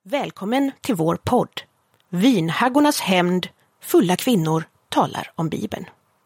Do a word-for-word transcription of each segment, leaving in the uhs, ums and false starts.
Välkommen till vår podd. Vinhaggornas hämnd, fulla kvinnor talar om Bibeln.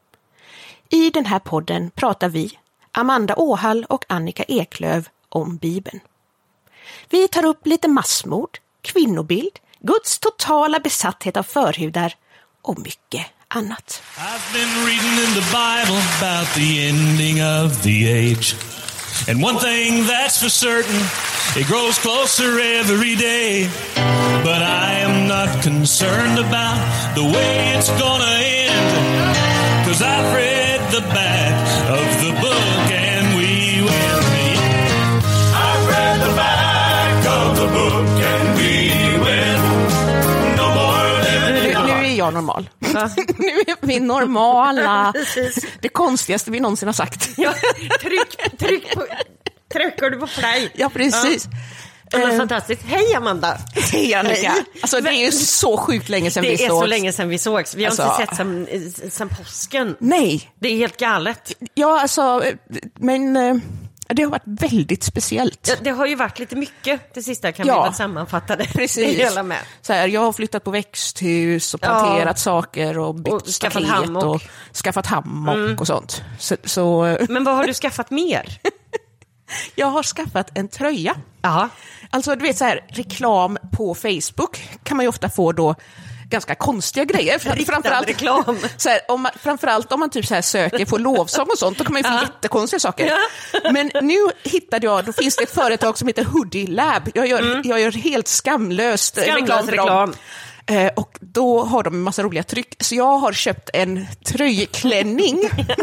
I den här podden pratar vi, Amanda Åhall och Annika Eklöf, om Bibeln. Vi tar upp lite massmord, kvinnobild, Guds totala besatthet av förhudar och mycket annat. I've been reading in the Bible about the ending of the age. And one thing that's for certain, it grows closer every day. But I am not concerned about the way it's gonna end. 'Cause I've read the back of the book and we will meet. I've read the back of the book and we will no more living. Nu, nu är jag normal. Nu är vi normala. Det konstigaste vi någonsin har sagt. Ja, tryck, tryck på, trycker du på play. Ja, precis. Ja, men Eh, fantastiskt. Hej Amanda. Hej Annika. Hej. Alltså det är ju så sjukt länge sedan vi Det är sågs. så länge sedan vi sågs. Vi har Alltså, inte sett sen, sen påsken. Nej. Det är helt galet. Ja, alltså, men eh, det har varit väldigt speciellt. Ja, det har ju varit lite mycket det sista, kan Ja, vi väl sammanfatta det. Precis. Det hela med. Så här, jag har flyttat på växthus och planterat Ja. saker och byggt Och skaffat staket hammock. och skaffat hammock och sånt. Så, så Men vad har du skaffat mer? jag har skaffat en tröja. Ja. Alltså du vet så här, reklam på Facebook kan man ju ofta få då ganska konstiga grejer. Framförallt, reklam. Så här, om man, framförallt om man typ så här söker på lovsång och sånt, då kan man ju få Ja. jättekonstiga saker. Ja. Men nu hittade jag, då finns det ett företag som heter Hoodie Lab. Jag gör, mm. jag gör helt skamlöst Skamlös reklam för dem. reklam. Eh, och då har de en massa roliga tryck. Så jag har köpt en tröjklänning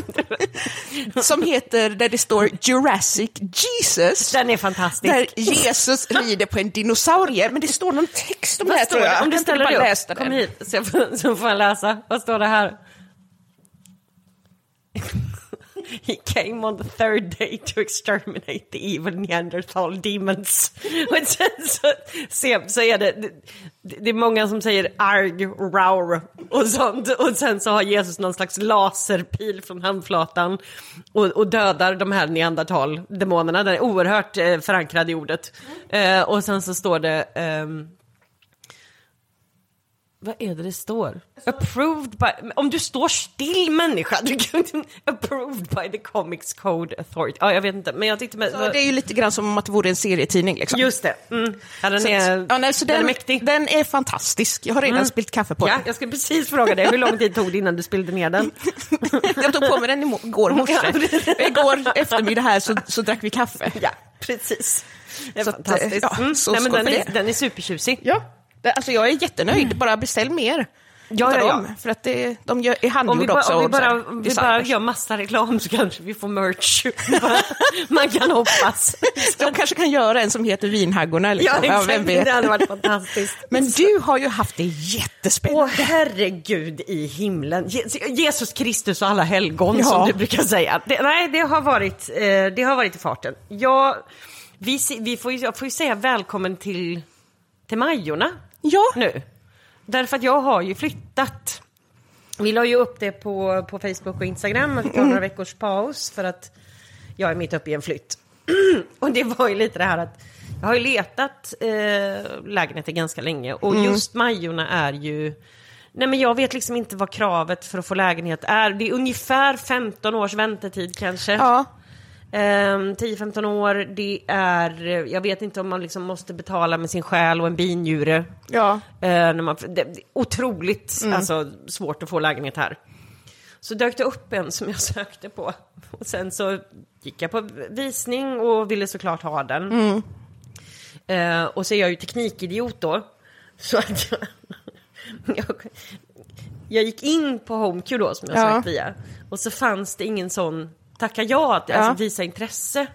som heter, där det står Jurassic Jesus. Den är fantastisk. Där Jesus rider på en dinosaurie. Men det står någon text om det här, Vad står tror jag. det? Om du Jag kan ställer bara dig läsa upp, kom den. hit så, jag får, så får jag läsa. Vad står det här? He came on the third day to exterminate the evil Neanderthal demons. Och sen så, så, så är det, det, det är många som säger arg, raur och sånt. Och sen så har Jesus någon slags laserpil från handflatan och, och dödar de här Neandertal-demonerna. Den är oerhört eh, förankrad i ordet. Eh, och sen så står det... ehm, vad är det det står? Approved by... Om du står still, människa. Du kan, approved by the Comics Code Authority. Ja, jag vet inte. Men jag tyckte... Med, Så det är ju lite grann som att det vore en serietidning. Liksom. Just det. Mm. Ja, den, Så, är, ja, nej, så den, den, är mäktig. den är fantastisk. Jag har redan Mm. spillt kaffe på Ja, den. jag ska precis fråga dig. Hur lång tid tog det innan du spillde ner den? Jag tog på mig den igår morse. Ja. Igår eftermiddag här så, så drack vi kaffe. Ja, precis. Det är Så att, fantastiskt. ja, Mm. så Nej, men skål den, för är, det. den är supertjusig. Ja, det, alltså jag är jättenöjd. Bara beställ mer. Ja, utav ja, ja. dem, för att det, de gör, är Om handgjorda vi bara, också. om vi och så här, bara, om vi bara designers. gör massa reklam så kanske vi får merch. Man kan hoppas. De kanske kan göra en som heter Vinhaggorna. Liksom. Ja, exakt. vem vet. Det hade varit fantastiskt. Men du har ju haft det jättespännande. Åh, herregud i himlen. Je- Jesus Kristus och alla helgon, Ja. som du brukar säga. Det, nej, det har varit, eh, det har varit i farten. Jag, vi, se- vi får ju, jag får ju säga välkommen till, till Majorna Ja, nu. Därför att jag har ju flyttat. Vi la ju upp det på, på Facebook och Instagram. Jag fick ta några veckors paus för att jag är mitt uppe i en flytt. Och det var ju lite det här att jag har ju letat eh, lägenheter ganska länge. Och Mm. just Majorna är ju... Nej, men jag vet liksom inte vad kravet för att få lägenhet är. Det är ungefär femton års väntetid kanske. ja. Um, tio femton år, det är, jag vet inte om man liksom måste betala med sin själ och en binjure. ja. Uh, när man, det, det är otroligt mm. alltså, svårt att få lägenhet här. Så dök det upp en som jag sökte på. Och sen så gick jag på visning och ville såklart ha den. Mm. Uh, och så är jag ju teknikidiot då. Så att jag, jag, jag gick in på HomeQ då, som jag Ja. sökt via. Och så fanns det ingen sån tacka ja, att, Ja. alltså visa intresse.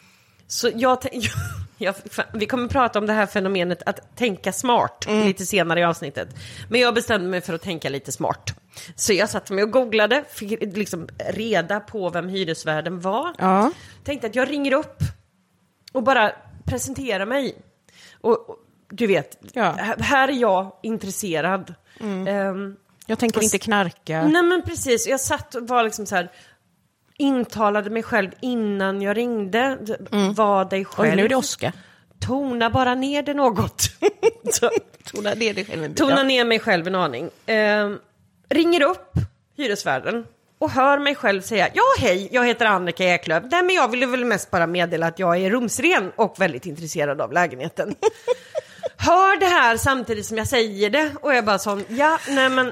Så jag, jag, jag, vi kommer prata om det här fenomenet att tänka smart mm. lite senare i avsnittet. Men jag bestämde mig för att tänka lite smart. Så jag satt mig och googlade, fick liksom reda på vem hyresvärden var. Ja. Tänkte att jag ringer upp och bara presenterar mig. Och, och du vet, Ja. här är jag intresserad. Mm. Um, Jag tänker inte knarka. Nej, men precis. Jag satt och var liksom så här, intalade mig själv innan jag ringde. Mm. Var dig själv. Oj, nu är det Oskar. tona bara ner det något. Så, tona ner dig själv en bit. Tona ner mig själv en aning. Eh, ringer upp hyresvärden och hör mig själv säga: ja, hej, jag heter Annika Eklöf. Nej, men jag ville väl mest bara meddela att jag är rumsren och väldigt intresserad av lägenheten. Hör det här samtidigt som jag säger det. Och jag bara sån, ja, nej men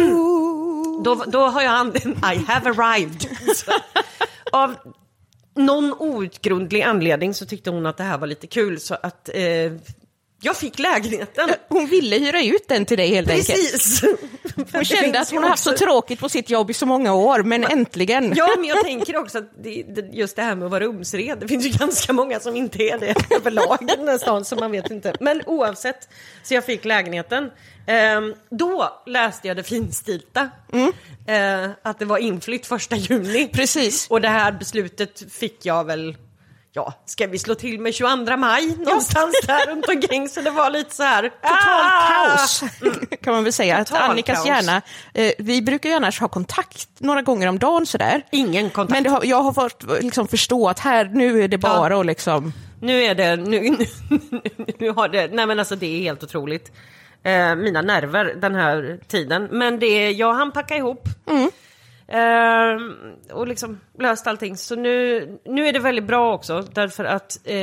då, då har jag anden, I have arrived. Så, av någon outgrundlig anledning så tyckte hon att det här var lite kul. Så att eh, jag fick lägenheten. Hon ville hyra ut den till dig helt Precis. enkelt. Precis. Hon kände att hon har haft så tråkigt på sitt jobb i så många år, men äntligen. Ja, men jag tänker också att det, det, just det här med att vara rumsred, det finns ju ganska många som inte är det överlag nästan, så man vet inte. Men oavsett, så jag fick lägenheten. Ehm, då läste jag det finstilta. Mm. Ehm, att det var inflytt första juni. Precis. Och det här beslutet fick jag väl... Ja, ska vi slå till med tjugoandra maj någonstans ja. Där runt omkring, så det var lite så här total ah! kaos kan man väl säga. Total att Annikas kaos. Hjärna, eh, vi brukar ju annars ha kontakt några gånger om dagen sådär. Ingen kontakt. Men det har, jag har fått liksom förstå att här, nu är det bara ja. Och liksom... Nu är det, nu, nu, nu har det, nej men alltså det är helt otroligt. Eh, mina nerver den här tiden. Men det, jag hann packa ihop. Mm. Uh, och liksom löst allting. Så nu, nu är det väldigt bra också. Därför att uh,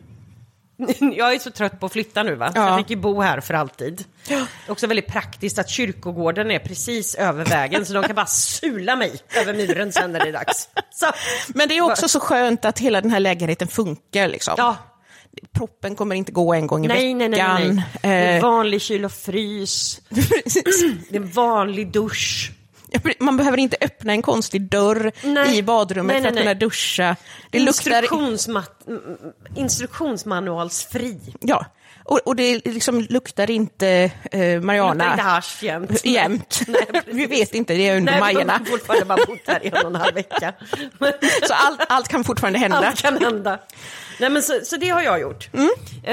jag är så trött på att flytta nu, va? Ja. Jag fick ju bo här för alltid. Ja. Också väldigt praktiskt att kyrkogården är precis över vägen, så de kan bara sula mig över muren sen när det är dags. Så. Men det är också så skönt att hela den här lägenheten funkar liksom. Ja. Proppen kommer inte gå en gång i nej, veckan. Nej, nej, nej. Det är vanlig kyl och frys. Det är vanlig dusch. Man behöver inte öppna en konstig dörr nej. I badrummet nej, nej, för att nej. Kunna duscha. Det Instruktionsma- luktar... Instruktionsmanualsfri. Ja, och, och det liksom luktar inte eh, marijuana. Det luktar inte hasch jämt. jämt. Nej, vi vet inte, det är under nej, Majerna. Nej, de har fortfarande bara bott här i en och en halv vecka. Så allt, allt kan fortfarande hända. Allt kan hända. Nej, men så, så det har jag gjort. Mm.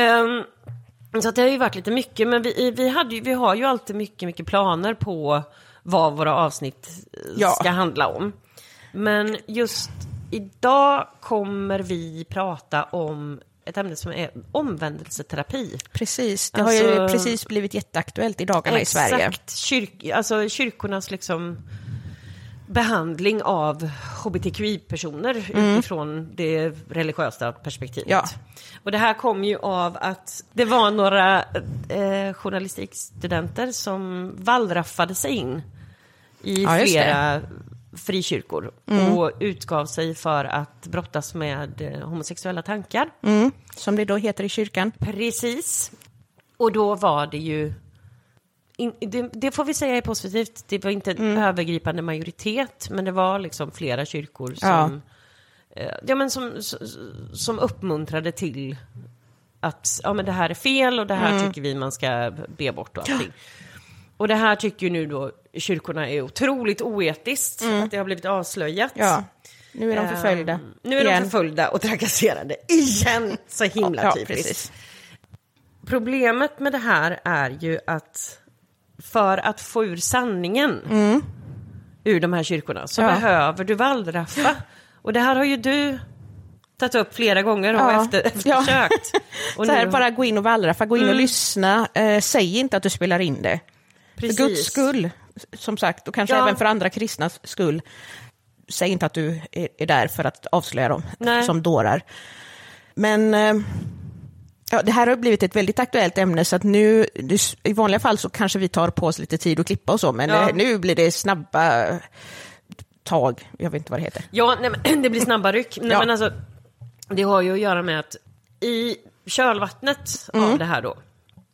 Um, så det har ju varit lite mycket, men vi, vi, hade ju, vi har ju alltid mycket, mycket planer på vad våra avsnitt ja. Ska handla om. Men just idag kommer vi prata om ett ämne som är omvändelseterapi. Precis, det alltså, har ju precis blivit jätteaktuellt i dagarna exakt, i Sverige. Exakt, Kyrk, alltså kyrkornas liksom behandling av hbtqi-personer mm. utifrån det religiösa perspektivet. Ja. Och det här kom ju av att det var några eh, journalistikstudenter som wallraffade sig in i ja, flera frikyrkor mm. och utgav sig för att brottas med eh, homosexuella tankar. Mm. Som det då heter i kyrkan. Precis. Och då var det ju In, det, det får vi säga är positivt. Det var inte en mm. övergripande majoritet, men det var liksom flera kyrkor som, ja. Eh, ja, men som, som, som uppmuntrade till att ja, men det här är fel och det här mm. tycker vi man ska be bort och allting. Ja. Och det här tycker ju nu då kyrkorna är otroligt oetiskt, mm. att det har blivit avslöjat. Ja. Nu är de förföljda. Um, nu är igen. de förföljda och trakasserade. Igen! Så himla ja, typiskt. Precis. Problemet med det här är ju att för att få ur sanningen mm. ur de här kyrkorna så ja. Behöver du wallraffa. Och det här har ju du tagit upp flera gånger och ja. efter, eftersökt. Ja. Och så här, nu... bara gå in och wallraffa, gå in mm. och lyssna. Eh, säg inte att du spelar in det. Precis. För Guds skull, som sagt, och kanske ja. Även för andra kristnas skull. Säg inte att du är, är där för att avslöja dem Nej. Som dårar. Men... Eh, ja, det här har blivit ett väldigt aktuellt ämne, så att nu, i vanliga fall så kanske vi tar på oss lite tid och klippa och så, men ja. det, nu blir det snabba tag, jag vet inte vad det heter. Ja, nej, men, det blir snabba ryck. Nej, ja. Men alltså, det har ju att göra med att i kölvattnet mm. av det här då,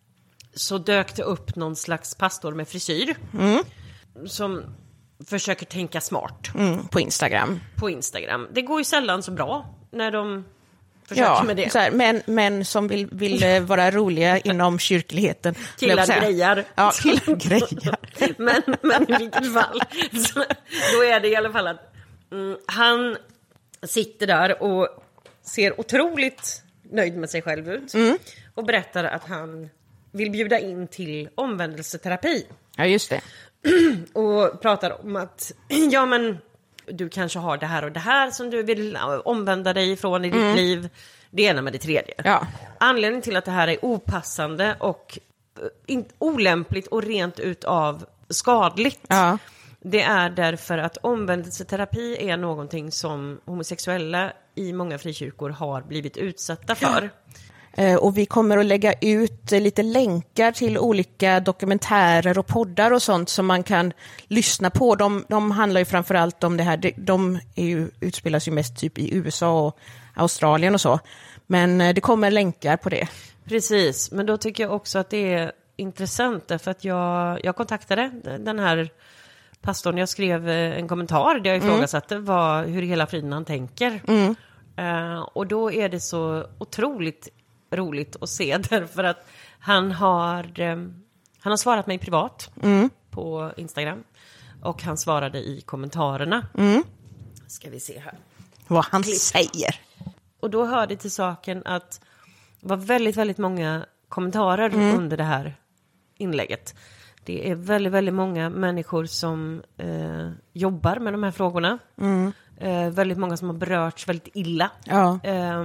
så dök det upp någon slags pastor med frisyr mm. som försöker tänka smart. Mm, på Instagram. På Instagram. Det går ju sällan så bra när de... Ja, med det. Så här, men, men som vill, vill vara roliga inom kyrkligheten. Killar grejar. Ja, killar grejar. men, men i vilket fall. Så, då är det i alla fall att mm, han sitter där och ser otroligt nöjd med sig själv ut. Mm. Och berättar att han vill bjuda in till omvändelseterapi. Ja, just det. Och pratar om att, ja men... du kanske har det här och det här som du vill omvända dig ifrån i ditt mm. liv. Det ena med det tredje. Ja. Anledningen till att det här är opassande och in, olämpligt och rent utav skadligt. Ja. Det är därför att omvändelseterapi är någonting som homosexuella i många frikyrkor har blivit utsatta för. Ja. Och vi kommer att lägga ut lite länkar till olika dokumentärer och poddar och sånt som man kan lyssna på. De, de handlar ju framförallt om det här. De, de är ju, utspelas ju mest typ i U S A och Australien och så. Men det kommer länkar på det. Precis, men då tycker jag också att det är intressant. För att jag, jag kontaktade den här pastorn. Jag skrev en kommentar där jag ifrågasatte mm. vad, hur hela friden han tänker. Mm. Uh, och då är det så otroligt roligt att se, därför att han har um, han har svarat mig privat mm. på Instagram, och han svarade i kommentarerna. Mm. Ska vi se här vad han Klipp. säger. Och då hörde till saken att det var väldigt väldigt många kommentarer mm. under det här inlägget. Det är väldigt väldigt många människor som eh, jobbar med de här frågorna. Mm. Eh, väldigt många som har berörts väldigt illa. Ja. Eh,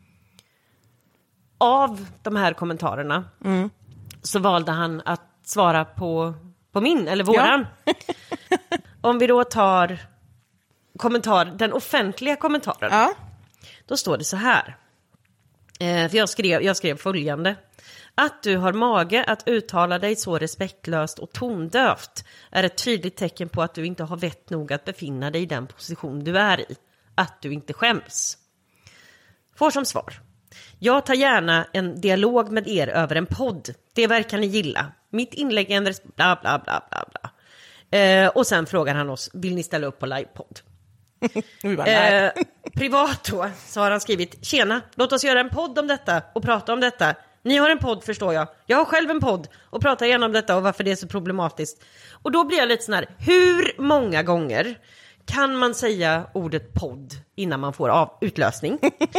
av de här kommentarerna mm. så valde han att svara på, på min, eller våran. Ja. Om vi då tar kommentar, den offentliga kommentaren. Ja. Då står det så här. Eh, för jag skrev, jag skrev följande. Att du har mage att uttala dig så respektlöst och tondövt är ett tydligt tecken på att du inte har vett nog att befinna dig i den position du är i. Att du inte skäms. Får som svar. Jag tar gärna en dialog med er över en podd. Det verkar ni gilla. Mitt inlägg är en res- bla bla bla bla bla. Eh, och sen frågar han oss, vill ni ställa upp på livepodd? eh, privat då så har han skrivit: tjena, låt oss göra en podd om detta och prata om detta. Ni har en podd, förstår jag. Jag har själv en podd och pratar gärna om detta och varför det är så problematiskt. Och då blir jag lite sån här, hur många gånger kan man säga ordet podd innan man får av utlösning?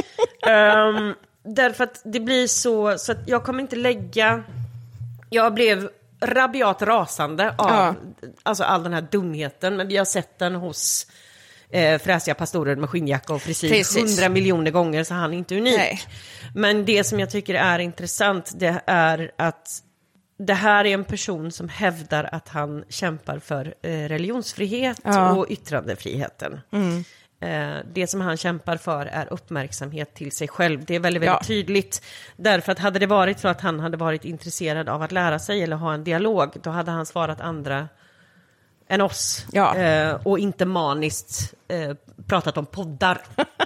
um, därför att det blir så, så att jag kommer inte lägga... Jag blev rabiat rasande av ja. alltså all den här dumheten, men jag har sett den hos eh, fräsiga pastorer med skinnjacka och frisyr hundra miljoner gånger, så han är inte unik. Nej. Men det som jag tycker är intressant, det är att det här är en person som hävdar att han kämpar för eh, religionsfrihet ja. och yttrandefriheten. Mm. Eh, det som han kämpar för är uppmärksamhet till sig själv. Det är väldigt, väldigt ja. tydligt. Därför att hade det varit så att han hade varit intresserad av att lära sig eller ha en dialog, då hade han svarat andra än oss. Ja. Eh, och inte maniskt eh, pratat om poddar.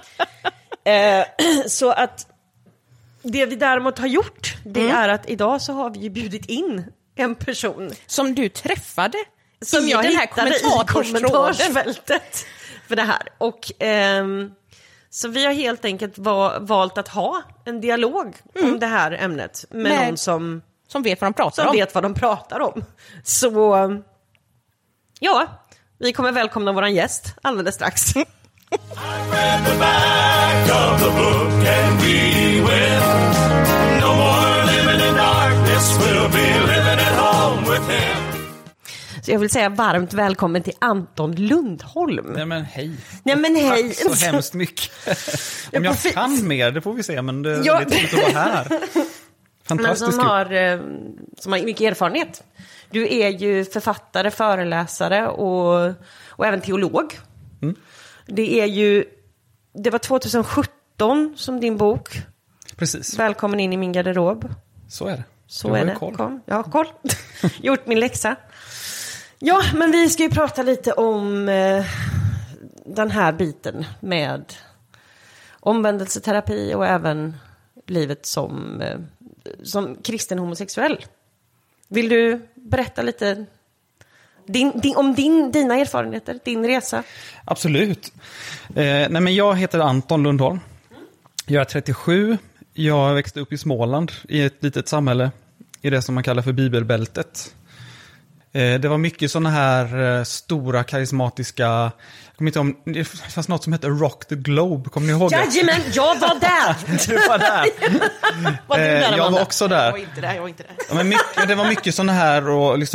eh, så att det vi däremot har gjort, det mm. är att idag så har vi ju bjudit in en person. Som du träffade som i jag den här kommentarsfältet för det här. Och ehm, så vi har helt enkelt va- valt att ha en dialog mm. om det här ämnet med Nej. någon som, som vet vad de pratar som om. vet vad de pratar om. Så ja, vi kommer välkomna våran gäst alldeles strax. I read the back of the book and we will no more living in darkness, we'll be living at home with him. Så jag vill säga varmt välkommen till Anton Lundholm. Nej men hej. Nej men hej. Tack så hemskt mycket. Om jag kan mer, det får vi se, men det är ja. lite roligt att vara här. Fantastiskt. Men som har, som har mycket erfarenhet. Du är ju författare, föreläsare och, och även teolog. Mm. Det är ju, det var tjugosjutton som din bok. Precis. Välkommen in i min garderob. Så är det. Så är det. Kom. Jag har koll. Gjort min läxa. Ja, men vi ska ju prata lite om eh, den här biten med omvändelseterapi och även livet som, eh, som kristen homosexuell. Vill du berätta lite din, din, om din, dina erfarenheter, din resa? Absolut. Eh, nej men jag heter Anton Lundholm. Jag är trettiosju. Jag växte upp i Småland i ett litet samhälle i det som man kallar för Bibelbältet. Eh, det var mycket sådana här eh, stora karismatiska... Jag kommer inte om, det fanns något som heter Rock the Globe, kommer ni ihåg det? Jajamän, jag var där! Du var där. var du där eh, jag var också där. Jag var inte där, jag var inte där. Ja, men mycket, det var mycket sådana här och liksom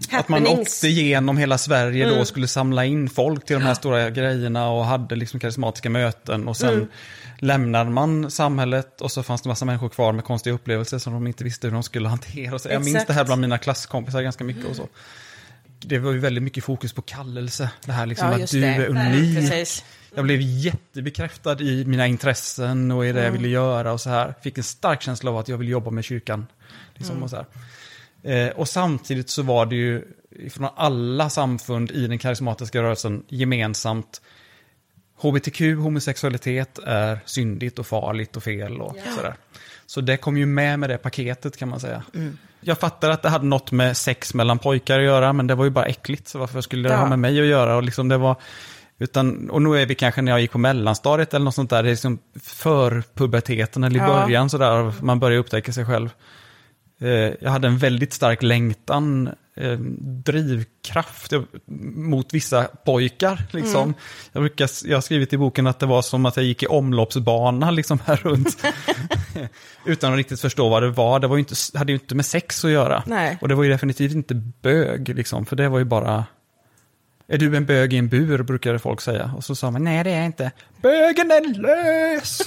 Att man åkte igenom hela Sverige mm. då och skulle samla in folk till de här stora grejerna och hade liksom karismatiska möten. Och sen mm. lämnade man samhället och så fanns det en massa människor kvar med konstiga upplevelser som de inte visste hur de skulle hantera. Så jag minns det här bland mina klasskompisar ganska mycket mm. och så. Det var ju väldigt mycket fokus på kallelse. Det här liksom ja, att du det. är unik. Precis. Jag blev jättebekräftad i mina intressen och i det mm. jag ville göra och så här. Fick en stark känsla av att jag ville jobba med kyrkan. Liksom, mm. och så här. Eh, och samtidigt så var det ju från alla samfund i den karismatiska rörelsen gemensamt. H B T Q, homosexualitet är syndigt och farligt och fel och ja. sådär. Så det kom ju med med det paketet kan man säga. Mm. Jag fattar att det hade något med sex mellan pojkar att göra, men det var ju bara äckligt. Så varför skulle det ja. ha med mig att göra? Och, liksom det var, utan, och nu är vi kanske när jag gick på mellanstadiet eller något sånt där. Det är liksom för puberteten eller i ja. början sådär. Man börjar upptäcka sig själv. Jag hade en väldigt stark längtan, eh, drivkraft mot vissa pojkar. Liksom. Mm. Jag, brukar, jag har skrivit i boken att det var som att jag gick i omloppsbana liksom, här runt. Utan att riktigt förstå vad det var. Det var ju inte, hade ju inte med sex att göra. Nej. Och det var ju definitivt inte bög. Liksom, för det var ju bara... Är du en bög i en bur, brukade folk säga. Och så sa man, nej det är jag inte. Bögen är lös!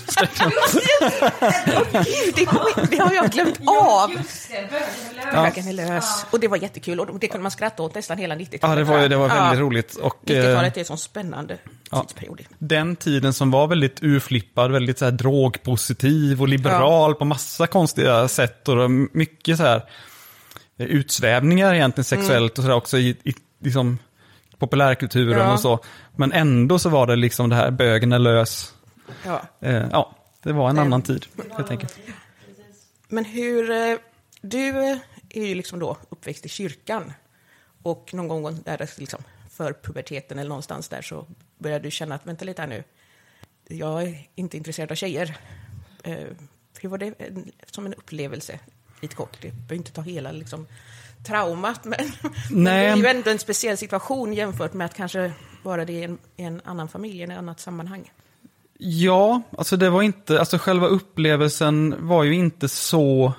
oh, det, har, det har jag glömt av. Bögen är lös. Och det var jättekul. Och det kunde man skratta åt nästan hela nittiotalet. Ja, det var, det var väldigt ja. roligt. Och, nittiotalet är en sån spännande ja, tidsperiod. Den tiden som var väldigt urflippad, väldigt så här drogpositiv och liberal ja. på massa konstiga sätt. Och mycket så här utsvävningar egentligen sexuellt mm. och så där också i, i liksom... populärkulturen ja. och så. Men ändå så var det liksom det här bögen är lös. Ja, eh, ja det var en det, annan tid helt enkelt. Men hur, du är ju liksom då uppväxt i kyrkan och någon gång där det liksom för puberteten eller någonstans där så började du känna att vänta lite här nu. Jag är inte intresserad av tjejer. Eh, hur var det som en upplevelse? Lite kort, det behöver inte ta hela liksom traumat, men, men det är ju ändå en speciell situation jämfört med att kanske vara det i en, i en annan familj, i ett annat sammanhang. Ja, alltså det var inte, alltså själva upplevelsen var ju inte så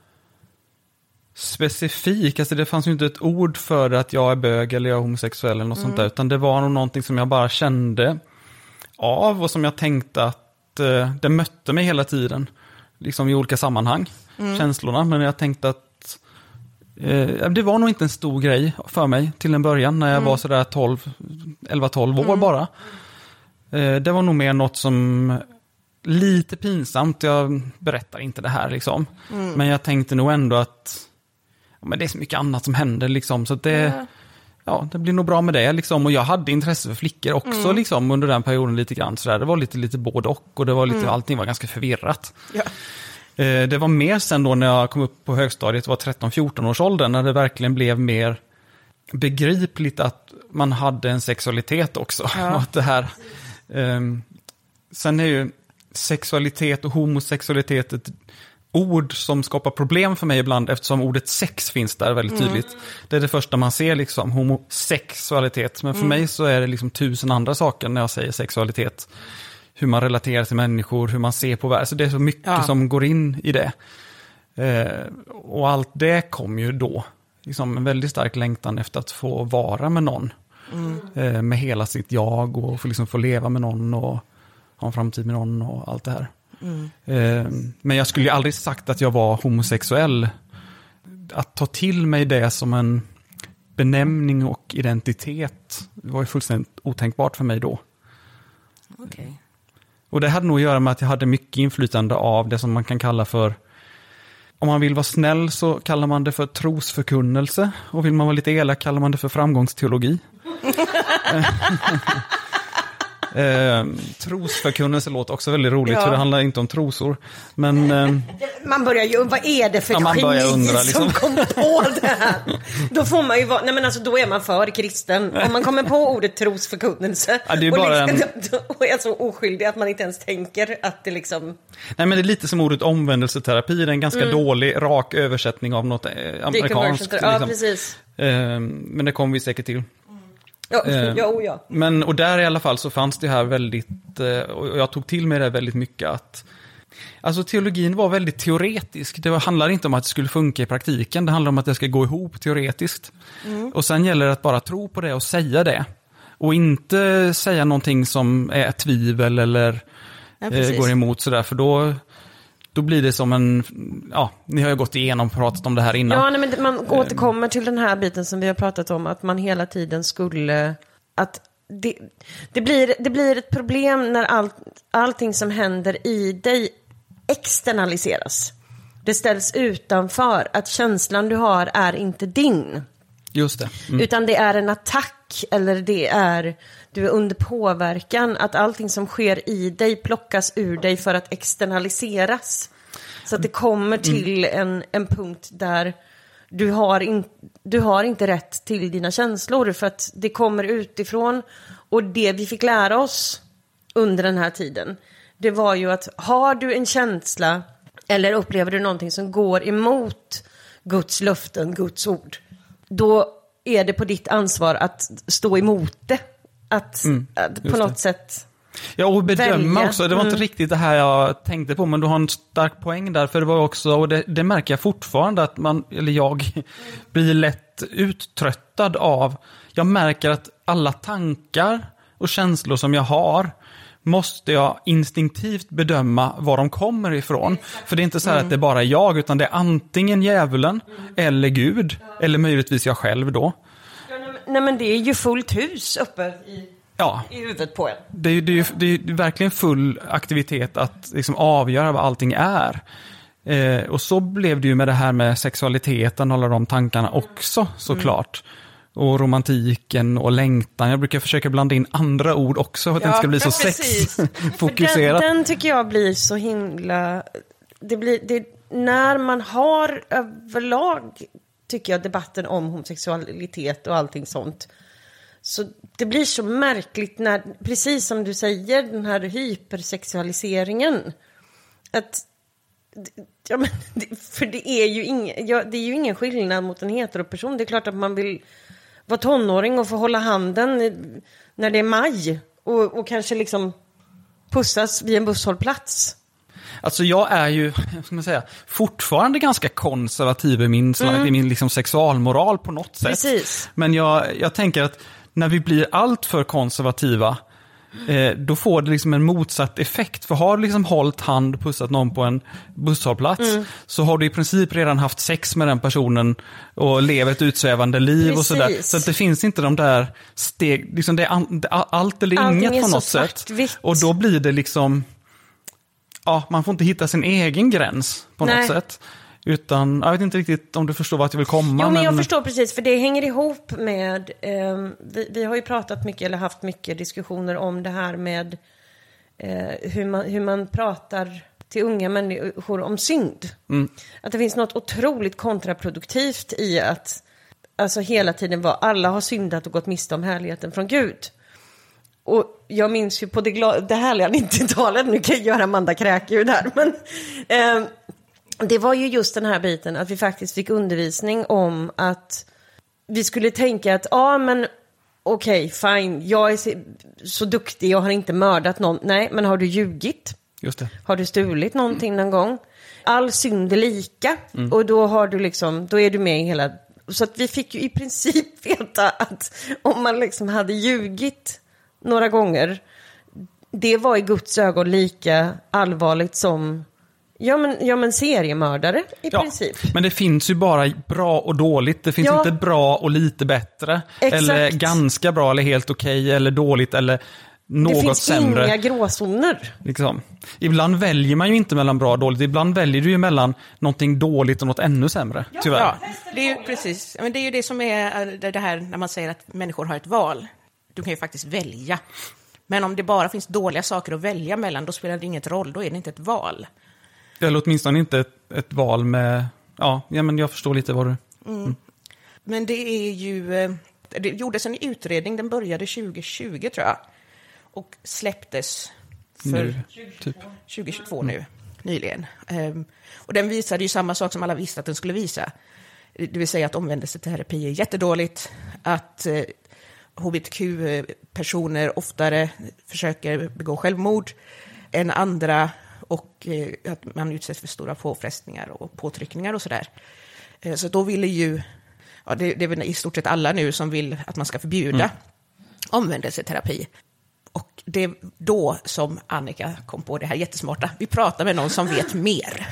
specifik, alltså det fanns ju inte ett ord för att jag är bög eller jag är homosexuell eller något mm. sånt där, utan det var nog någonting som jag bara kände av och som jag tänkte att eh, det mötte mig hela tiden, liksom i olika sammanhang, mm. känslorna, men jag tänkte att Eh, det var nog inte en stor grej för mig till en början när jag mm. var sådär tolv, elva tolv år mm. bara. Eh, det var nog mer något som lite pinsamt, jag berättar inte det här liksom. Mm. Men jag tänkte nog ändå att ja, men det är så mycket annat som händer liksom, så att det, mm. ja, det blir nog bra med det liksom. Och jag hade intresse för flickor också mm. liksom, under den perioden lite grann. Så där. Det var lite, lite både och och det var lite, mm. allting var ganska förvirrat. Ja. Det var mer sen då när jag kom upp på högstadiet, var tretton fjorton års ålder, när det verkligen blev mer begripligt att man hade en sexualitet också. Ja. Och att det här, um, sen är ju sexualitet och homosexualitet ett ord som skapar problem för mig ibland, eftersom ordet sex finns där väldigt tydligt. Mm. Det är det första man ser liksom, homosexualitet. Men för mm. mig så är det liksom tusen andra saker när jag säger sexualitet. Hur man relaterar till människor, hur man ser på världen. Så det är så mycket ja. som går in i det. Eh, och allt det kom ju då. Liksom en väldigt stark längtan efter att få vara med någon. Mm. Eh, med hela sitt jag och få, liksom, få leva med någon och ha en framtid med någon och allt det här. Mm. Eh, men jag skulle ju aldrig sagt att jag var homosexuell. Att ta till mig det som en benämning och identitet var ju fullständigt otänkbart för mig då. Okej. Okay. Och det hade nog att göra med att jag hade mycket inflytande av det som man kan kalla för, om man vill vara snäll så kallar man det för trosförkunnelse, och vill man vara lite elak kallar man det för framgångsteologi. Eh, trosförkunnelse låter också väldigt roligt, ja. för det handlar inte om trosor. Men, eh, man börjar ju, vad är det för ja, geni undra, liksom. som kom på det här? Då får man ju vara, nej men alltså då är man för kristen. Om man kommer på ordet trosförkunnelse ja, det är bara och, liksom, en... och är så oskyldig att man inte ens tänker att det liksom... Nej, men det är lite som ordet omvändelseterapi, det är en ganska mm. dålig, rak översättning av något eh, amerikanskt. Liksom. Ja, precis. Eh, men det kommer vi säkert till. Ja, eh, ja, oh ja. Men, och där i alla fall så fanns det här väldigt, och jag tog till mig det väldigt mycket, att Alltså teologin var väldigt teoretisk. Det handlar inte om att det skulle funka i praktiken. Det handlar om att det ska gå ihop teoretiskt. Mm. Och sen gäller det att bara tro på det och säga det. Och inte säga någonting som är ett tvivel eller ja, eh, går emot sådär. För då, då blir det som en... Ja, ni har ju gått igenom och pratat om det här innan. Ja, nej, men man återkommer till den här biten som vi har pratat om. Att man hela tiden skulle... Att det, det, blir, det blir ett problem när all, allting som händer i dig externaliseras. Det ställs utanför. Att känslan du har är inte din. Just det. Mm. Utan det är en attack eller det är du är under påverkan. Att allting som sker i dig plockas ur dig för att externaliseras. Så att det kommer till mm. en, en punkt där du har, in, du har inte rätt till dina känslor. För att det kommer utifrån. Och det vi fick lära oss under den här tiden, det var ju att har du en känsla eller upplever du någonting som går emot Guds löften, Guds ord, då är det på ditt ansvar att stå emot det. Att, mm, att på något det. sätt Ja, och bedöma välja. också. Det var mm. inte riktigt det här jag tänkte på, men du har en stark poäng där. För det var också, och det, det märker jag fortfarande, att man, eller jag, mm. blir lätt uttröttad av. Jag märker att alla tankar och känslor som jag har måste jag instinktivt bedöma var de kommer ifrån. För det är inte så här mm. att det är bara jag, utan det är antingen djävulen mm. eller Gud, eller möjligtvis jag själv då. Ja, nej, nej, men det är ju fullt hus uppe i, ja. i huvudet på en. Det är, det är, det är verkligen full aktivitet att liksom avgöra vad allting är. Eh, och så blev det ju med det här med sexualiteten och alla de tankarna också, såklart. Mm. Och romantiken och längtan. Jag brukar försöka blanda in andra ord också för att ja, det inte ska bli så sexfokuserat. Den, den tycker jag blir så himla... Det blir, det, när man har överlag, tycker jag, debatten om homosexualitet och allting sånt. Så det blir så märkligt när, precis som du säger, den här hypersexualiseringen. Att... Ja, men det, för det är ju ingen, ja, det är ju ingen skillnad mot en heteroperson. Det är klart att man vill vara tonåring och få hålla handen när det är maj och, och kanske liksom pussas vid en busshållplats. Alltså jag är ju, ska man säga, fortfarande ganska konservativ i min, mm. i min liksom sexualmoral på något sätt. Precis. Men jag, jag tänker att när vi blir allt för konservativa, Eh, då får det liksom en motsatt effekt. För har du liksom hållit hand och pussat någon på en busshållplats, mm. så har du i princip redan haft sex med den personen och lever ett utsvävande liv. Precis. Och sådär. Så att det finns inte de där steg, liksom det är an, det är allt eller Allting inget på något sätt. Och då blir det liksom, ja, man får inte hitta sin egen gräns på Nej. något sätt. Utan, jag vet inte riktigt om du förstår vart jag vill komma. Jo, men, men jag förstår precis, för det hänger ihop med, eh, vi, vi har ju pratat mycket, eller haft mycket diskussioner om det här med eh, hur, man, hur man pratar till unga människor om synd. Mm. Att det finns något otroligt kontraproduktivt i att alltså hela tiden var alla har syndat och gått miste om härligheten från Gud. Och jag minns ju på det, gla- det härliga nittiotalet, nu kan jag göra Amanda kräkljud här, men... Eh, det var ju just den här biten att vi faktiskt fick undervisning om att vi skulle tänka att ja, men okej, okay, fine, jag är så, så duktig, jag har inte mördat någon. Nej, men har du ljugit? Just det. Har du stulit någonting någon gång? All synd är lika, mm. och då har du liksom, då är du med i hela... Så att vi fick ju i princip veta att om man liksom hade ljugit några gånger, det var i Guds ögon lika allvarligt som... Ja men, ja, men seriemördare i ja, princip. Men det finns ju bara bra och dåligt. Det finns ja. inte bra och lite bättre. Exakt. Eller ganska bra eller helt okej. Eller dåligt eller något sämre. Det finns sämre. Inga gråzoner. Liksom. Ibland väljer man ju inte mellan bra och dåligt. Ibland väljer du ju mellan någonting dåligt och något ännu sämre. Ja, tyvärr. Ja, det är ju precis. Men det är ju det som är det här när man säger att människor har ett val. Du kan ju faktiskt välja. Men om det bara finns dåliga saker att välja mellan, då spelar det inget roll. Då är det inte ett val. Eller åtminstone inte ett, ett val med... Ja, ja, men jag förstår lite vad du... Mm. Mm. Men det är ju... Det gjordes en utredning, den började tjugo tjugo tror jag. Och släpptes för nu, typ. tjugo tjugotvå nu, mm. nyligen. Um, och den visade ju samma sak som alla visste att den skulle visa. Det vill säga att omvändelseterapi är jättedåligt. Att uh, H B T Q-personer oftare försöker begå självmord än andra. och eh, att man utsätts för stora påfrestningar och påtryckningar och sådär. Eh, så då ville ju, ja, det, det är väl i stort sett alla nu som vill att man ska förbjuda mm. omvändelseterapi. Och det är då som Annika kom på det här jättesmarta. Vi pratar med någon som vet mer.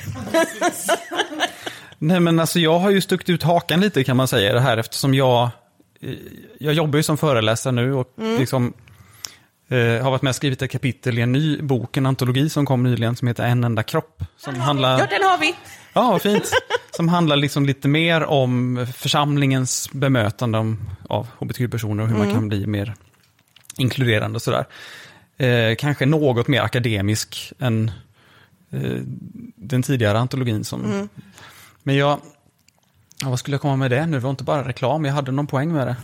Nej, men alltså jag har ju stuckit ut hakan lite kan man säga det här, eftersom jag jag jobbar ju som föreläsare nu och mm. liksom eh, har varit med och skrivit ett kapitel i en ny bok, en antologi som kom nyligen som heter En enda kropp. Som handlar... Ja, den har vi! Ja, fint. Som handlar liksom lite mer om församlingens bemötande om, av hbtq-personer och hur mm. man kan bli mer inkluderande och sådär. Eh, kanske något mer akademisk än eh, den tidigare antologin. Som... Mm. Men jag... Ja, vad skulle jag komma med det nu? Det var inte bara reklam, jag hade någon poäng med det.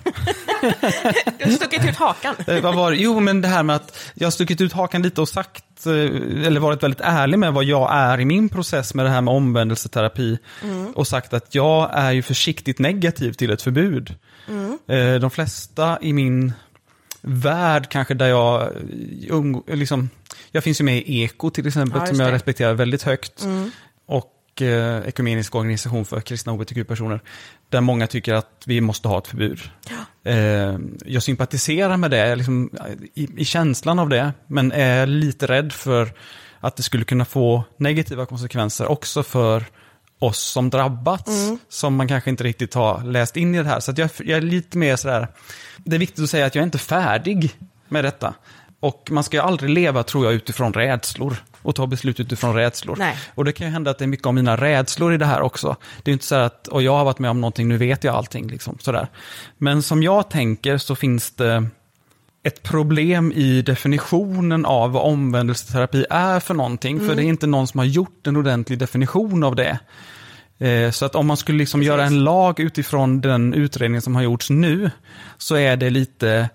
Du har stuckit ut hakan. Eh, vad var det? Jo, men det här med att jag har stuckit ut hakan lite och sagt, eh, eller varit väldigt ärlig med vad jag är i min process med det här med omvändelseterapi. Mm. Och sagt att jag är ju försiktigt negativ till ett förbud. Mm. Eh, de flesta i min värld kanske där jag um, liksom, jag finns ju med i Eko till exempel, ja, som jag respekterar väldigt högt. Mm. Och ekumenisk organisation för kristna hbtq-personer där många tycker att vi måste ha ett förbud. Ja. Eh, jag sympatiserar med det liksom, i, i känslan av det, men är lite rädd för att det skulle kunna få negativa konsekvenser också för oss som drabbats, mm. som man kanske inte riktigt har läst in i det här. Så att jag, jag är lite mer sådär, det är viktigt att säga att jag är inte färdig med detta. Och man ska ju aldrig leva, tror jag, utifrån rädslor och ta beslut utifrån rädslor. Nej. Och det kan ju hända att det är mycket om mina rädslor i det här också. Det är inte så att och jag har varit med om någonting, nu vet jag allting. Liksom, sådär. Men som jag tänker så finns det ett problem i definitionen av vad omvändelseterapi är för någonting. Mm. För det är inte någon som har gjort en ordentlig definition av det. Eh, så att om man skulle liksom göra en lag utifrån den utredning som har gjorts nu, så är det lite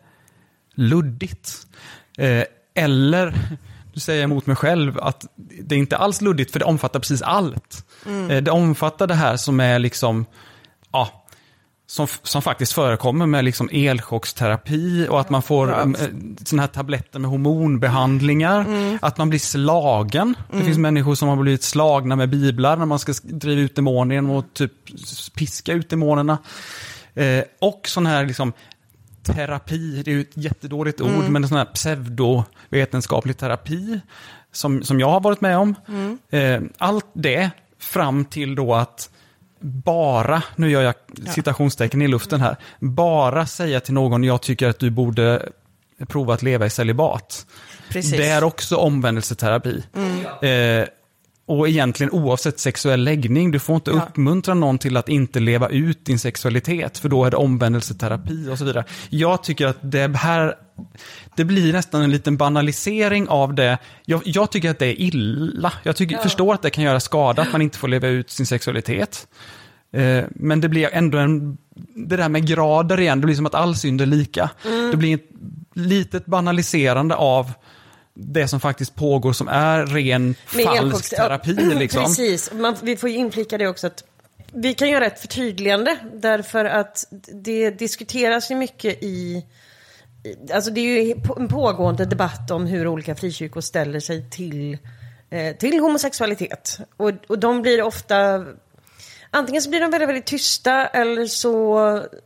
luddigt. Eh, eller, nu säger jag emot mig själv att det är inte alls luddigt, för det omfattar precis allt. Mm. Eh, det omfattar det här som är liksom, ja, som, som faktiskt förekommer med liksom elchocksterapi och att man får ja. eh, såna här tabletter med hormonbehandlingar, mm. att man blir slagen. Mm. Det finns människor som har blivit slagna med biblar när man ska driva ut demoner genom att typ piska ut demonerna. Eh, och sån här liksom terapi, det är ju ett jättedåligt ord, mm. men en sån här pseudovetenskaplig terapi som, som jag har varit med om. Mm. Eh, allt det fram till då att bara, nu gör jag citationstecken i luften här, bara säga till någon, jag tycker att du borde prova att leva i celibat. Precis. Det är också omvändelseterapi. Mm. Eh, Och egentligen oavsett sexuell läggning, du får inte ja. uppmuntra någon till att inte leva ut din sexualitet, för då är det omvändelseterapi och så vidare. Jag tycker att det här, det blir nästan en liten banalisering av det. Jag, jag tycker att det är illa. Jag tycker, ja. förstår att det kan göra skada att man inte får leva ut sin sexualitet. Eh, men det blir ändå en, det där med grader igen, det blir som att all synd är lika. Mm. Det blir ett litet banaliserande av det som faktiskt pågår, som är ren falsk terapi. Liksom. Precis, Man, vi får ju inflika det också att vi kan göra ett förtydligande, därför att det diskuteras ju mycket i, alltså det är ju en pågående debatt om hur olika frikyrkor ställer sig till, eh, till homosexualitet. Och, och de blir ofta, antingen så blir de väldigt, väldigt tysta, eller så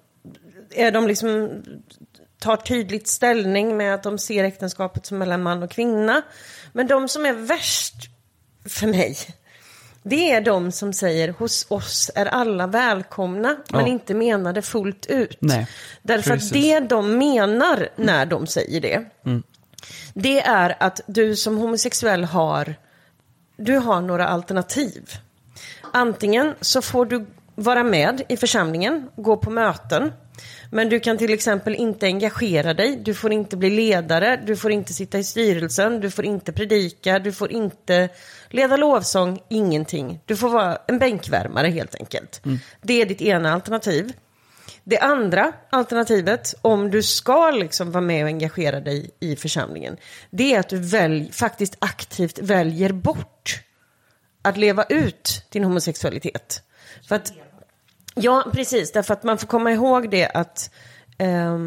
är de liksom, tar tydligt ställning med att de ser äktenskapet som mellan man och kvinna. Men de som är värst för mig, det är de som säger, hos oss är alla välkomna, ja. men inte menar det fullt ut. Nej, Därför precis. att det de menar när de säger det, mm. det är att du som homosexuell har, du har några alternativ. Antingen så får du vara med i församlingen, gå på möten, men du kan till exempel inte engagera dig, du får inte bli ledare, du får inte sitta i styrelsen, du får inte predika, du får inte leda lovsång, ingenting. Du får vara en bänkvärmare helt enkelt. Mm. Det är ditt ena alternativ. Det andra alternativet, om du ska liksom vara med och engagera dig i församlingen, det är att du välj, faktiskt aktivt väljer bort att leva ut din homosexualitet. För att Ja, precis. Därför att man får komma ihåg det att eh,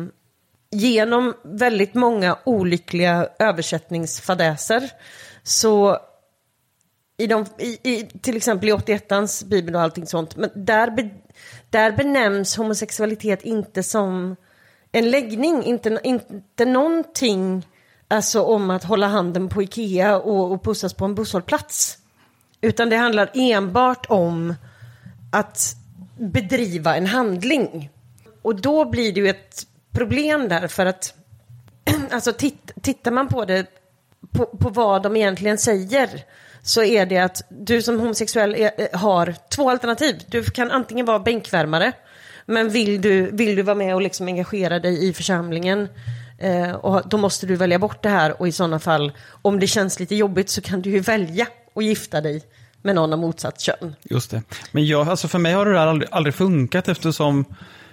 genom väldigt många olyckliga översättningsfadäser så i, de, i, i till exempel i åttioettans bibel och allting sånt, men där, be, där benämns homosexualitet inte som en läggning, inte, inte någonting alltså om att hålla handen på Ikea och, och pussas på en busshållplats, utan det handlar enbart om att bedriva en handling. Och då blir det ju ett problem där, för att alltså titt, tittar man på det på, på vad de egentligen säger, så är det att du som homosexuell är, har två alternativ. Du kan antingen vara bänkvärmare, men vill du, vill du vara med och liksom engagera dig i församlingen, eh, och då måste du välja bort det här, och i sådana fall, om det känns lite jobbigt, så kan du ju välja att gifta dig med någon av motsatt kön. Just det. Men jag, alltså för mig har det där aldrig, aldrig funkat, eftersom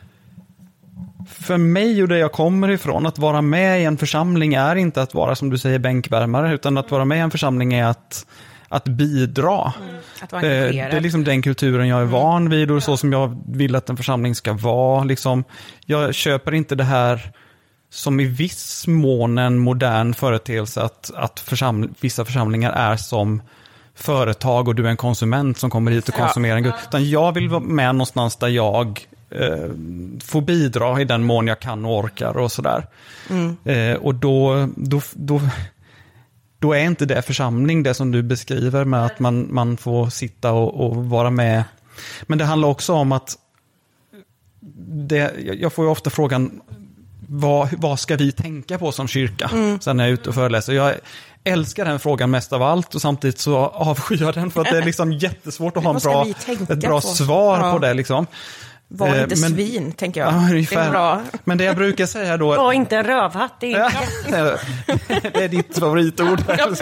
för mig och det jag kommer ifrån, att vara med i en församling är inte att vara, som du säger, bänkvärmare, utan att vara med i en församling är att, att bidra. Mm. Att vara det, det är liksom den kulturen jag är van vid, och så som jag vill att en församling ska vara. Liksom, jag köper inte det här som i viss mån en modern företeelse, att, att församling, vissa församlingar är som företag och du är en konsument som kommer hit och konsumerar en gud. Utan jag vill vara med någonstans där jag eh, får bidra i den mån jag kan och orkar och sådär. Mm. Eh, och då, då, då, då är inte det församling, det som du beskriver med att man, man får sitta och, och vara med. Men det handlar också om att det, jag får ju ofta frågan, vad, vad ska vi tänka på som kyrka? Mm. Sen när jag är ute och föreläser. Jag älskar den frågan mest av allt, och samtidigt så avskyr jag den, för att det är liksom jättesvårt att ha en bra, ett bra på? svar ja. på det. Liksom. Var inte men, svin, tänker jag. Ja, det är bra. Men det jag brukar säga då... Var inte en rövhatt, det är, det är ditt favoritord.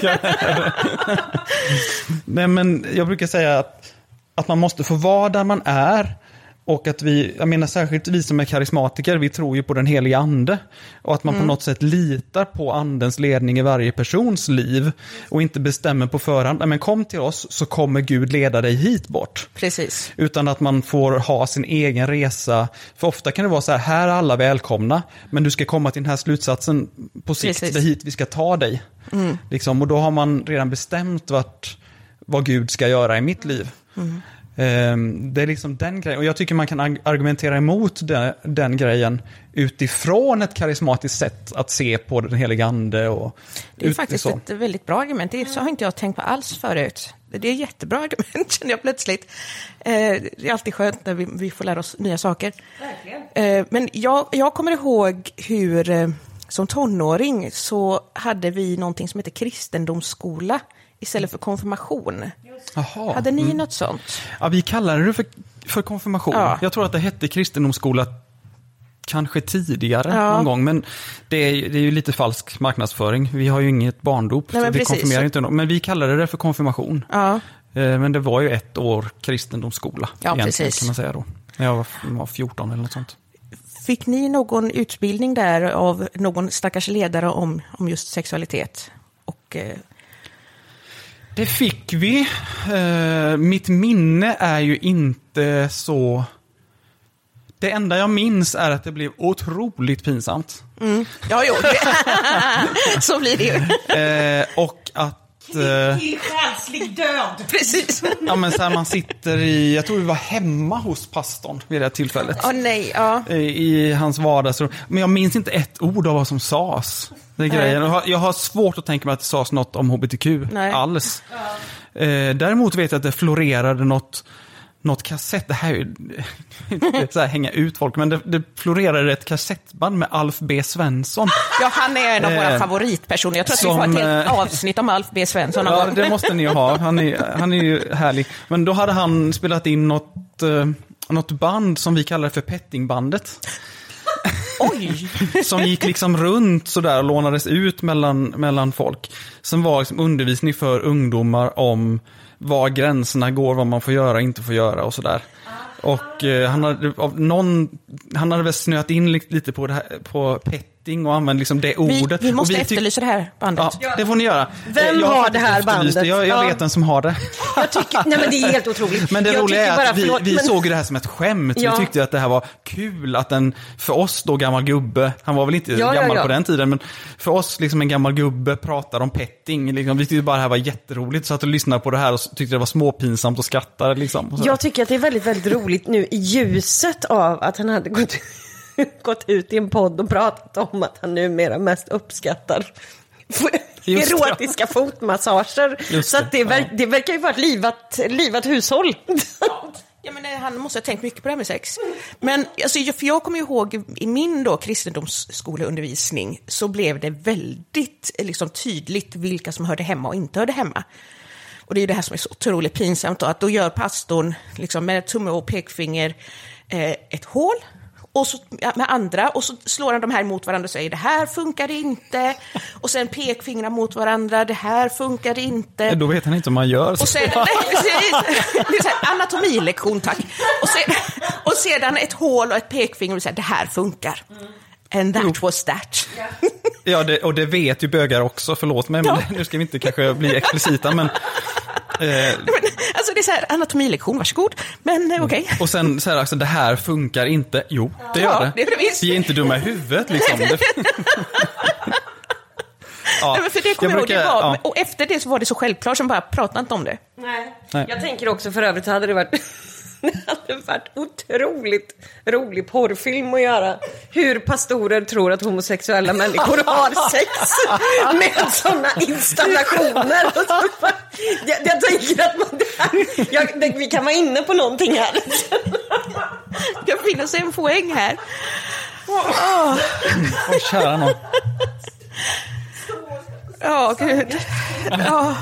Nej, men jag brukar säga att, att man måste få vara där man är. Och att vi, jag menar särskilt vi som är karismatiker, vi tror ju på den heliga ande. Och att man mm. på något sätt litar på andens ledning i varje persons liv. Och inte bestämmer på förhand, nej men kom till oss så kommer Gud leda dig hit bort. Precis. Utan att man får ha sin egen resa. För ofta kan det vara så här, här är alla välkomna. Men du ska komma till den här slutsatsen på sikt, det är hit vi ska ta dig. Mm. Liksom, och då har man redan bestämt vart, vad Gud ska göra i mitt liv. Mm. Det är liksom den grejen. Och jag tycker man kan argumentera emot den, den grejen utifrån ett karismatiskt sätt att se på den heliga ande. Och det är faktiskt så. Ett väldigt bra argument. Det så har inte jag tänkt på alls förut. Det är ett jättebra argument, känner jag plötsligt. Det är alltid skönt när vi, vi får lära oss nya saker. Verkligen. Men jag, jag kommer ihåg hur som tonåring så hade vi någonting som heter kristendomsskola istället för konfirmation. Aha. Hade ni mm. något sånt? Ja, vi kallade det för, för konfirmation. Ja. Jag tror att det hette kristendomsskola kanske tidigare ja. någon gång. Men det är, det är ju lite falsk marknadsföring. Vi har ju inget barndop. Nej, så vi konfirmerar så... inte. Men vi kallade det för konfirmation. Ja. Men det var ju ett år kristendomsskola. Ja, precis. Kan man säga då. När jag var, var fjorton eller något sånt. Fick ni någon utbildning där av någon stackars ledare om, om just sexualitet? Och... Eh... Det fick vi. Uh, mitt minne är ju inte så... Det enda jag minns är att det blev otroligt pinsamt. Mm. Ja, jo. Så blir det ju. Uh, och att... Kvicklig själslig död. Precis. Ja, men så här, man sitter i... Jag tror vi var hemma hos pastorn vid det tillfället. Åh oh, nej, ja. I, I hans vardagsrum. Men jag minns inte ett ord av vad som sades. Det är grejen. Jag har, jag har svårt att tänka mig att det sades något om H B T Q Nej. alls. Ja. Eh, däremot vet jag att det florerade något, något kassett. Det här är ju så här, hänga ut folk. Men det, det florerade ett kassettband med Alf B. Svensson. Ja, han är en av våra eh, favoritpersoner. Jag tror som, att vi får ett helt avsnitt om Alf B. Svensson. Ja, det måste ni ha. Han är, han är ju härlig. Men då hade han spelat in något, eh, något band som vi kallar för Pettingbandet. Oj! Som gick liksom runt så där och lånades ut mellan, mellan folk. Som var liksom undervisning för ungdomar om var gränserna går, vad man får göra och inte får göra och sådär. Och eh, han, hade, av någon, han hade väl snöat in lite på, det här, på petting och använder liksom det ordet. Vi, vi måste och vi efterlysa det här bandet. Ja, det får ni göra. Vem jag har det här bandet? Det. Jag, jag Ja. vet en som har det. Jag tycker, nej men det är helt otroligt. Men det jag roliga är bara, att vi, förlåt, vi men... såg ju det här som ett skämt. Ja. Vi tyckte att det här var kul. Att en, för oss då gammal gubbe, han var väl inte Ja, ja, gammal ja. på den tiden, men för oss liksom en gammal gubbe pratar om petting. Liksom, vi tyckte bara det här var jätteroligt. Så att du lyssnade på det här och tyckte det var småpinsamt och skrattade. Liksom, och Jag tycker att det är väldigt, väldigt roligt nu i ljuset av att han hade gått, gått ut i en podd och pratat om att han numera mest uppskattar Just det. erotiska fotmassager. Just Så att det, det, verk, det verkar ju vara ett livat, livat hushåll. Ja, men eh, han måste ha tänkt mycket på det här med sex. Men alltså, jag- för jag kommer ju ihåg i min då kristendomsskoleundervisning så blev det väldigt eh, liksom, tydligt vilka som hörde hemma och inte hörde hemma. Och det är ju det här som är så otroligt pinsamt då, att då gör pastorn liksom, med tumme och pekfinger eh, ett hål och så, ja, med andra och så slår han de här mot varandra och säger det här funkar inte och sen pekfingrar mot varandra, det här funkar inte. Då vet han inte om man gör så. Och sen, nej, precis. Det är så här, anatomilektion, tack. Och, sen, och sedan ett hål och ett pekfinger och säger det här funkar. And that was that. Ja, det, och det vet ju bögar också, förlåt mig, men nu ska vi inte kanske bli explicita, men... Eh, Alltså det är så här, anatomilektion, varsågod. Men eh, okej. och sen så här, alltså, det här funkar inte. Jo, det gör Ja, det. det är det visst. Vi är inte dumma i huvudet, liksom. Det... Ja, Nej, men för det kommer jag ihåg, brukar- det var, ja. och efter det så var det så självklart som bara pratade inte om det. Nej. Nej. Jag tänker också för övrigt hade det varit det hade varit otroligt rolig porrfilm att göra. Hur pastorer tror att homosexuella människor har sex med sådana installationer. jag, jag tänker att man, det här, jag, det, vi kan vara inne på någonting här. Det finns en poäng här. Åh, kära någon. Ja, gud. Ja.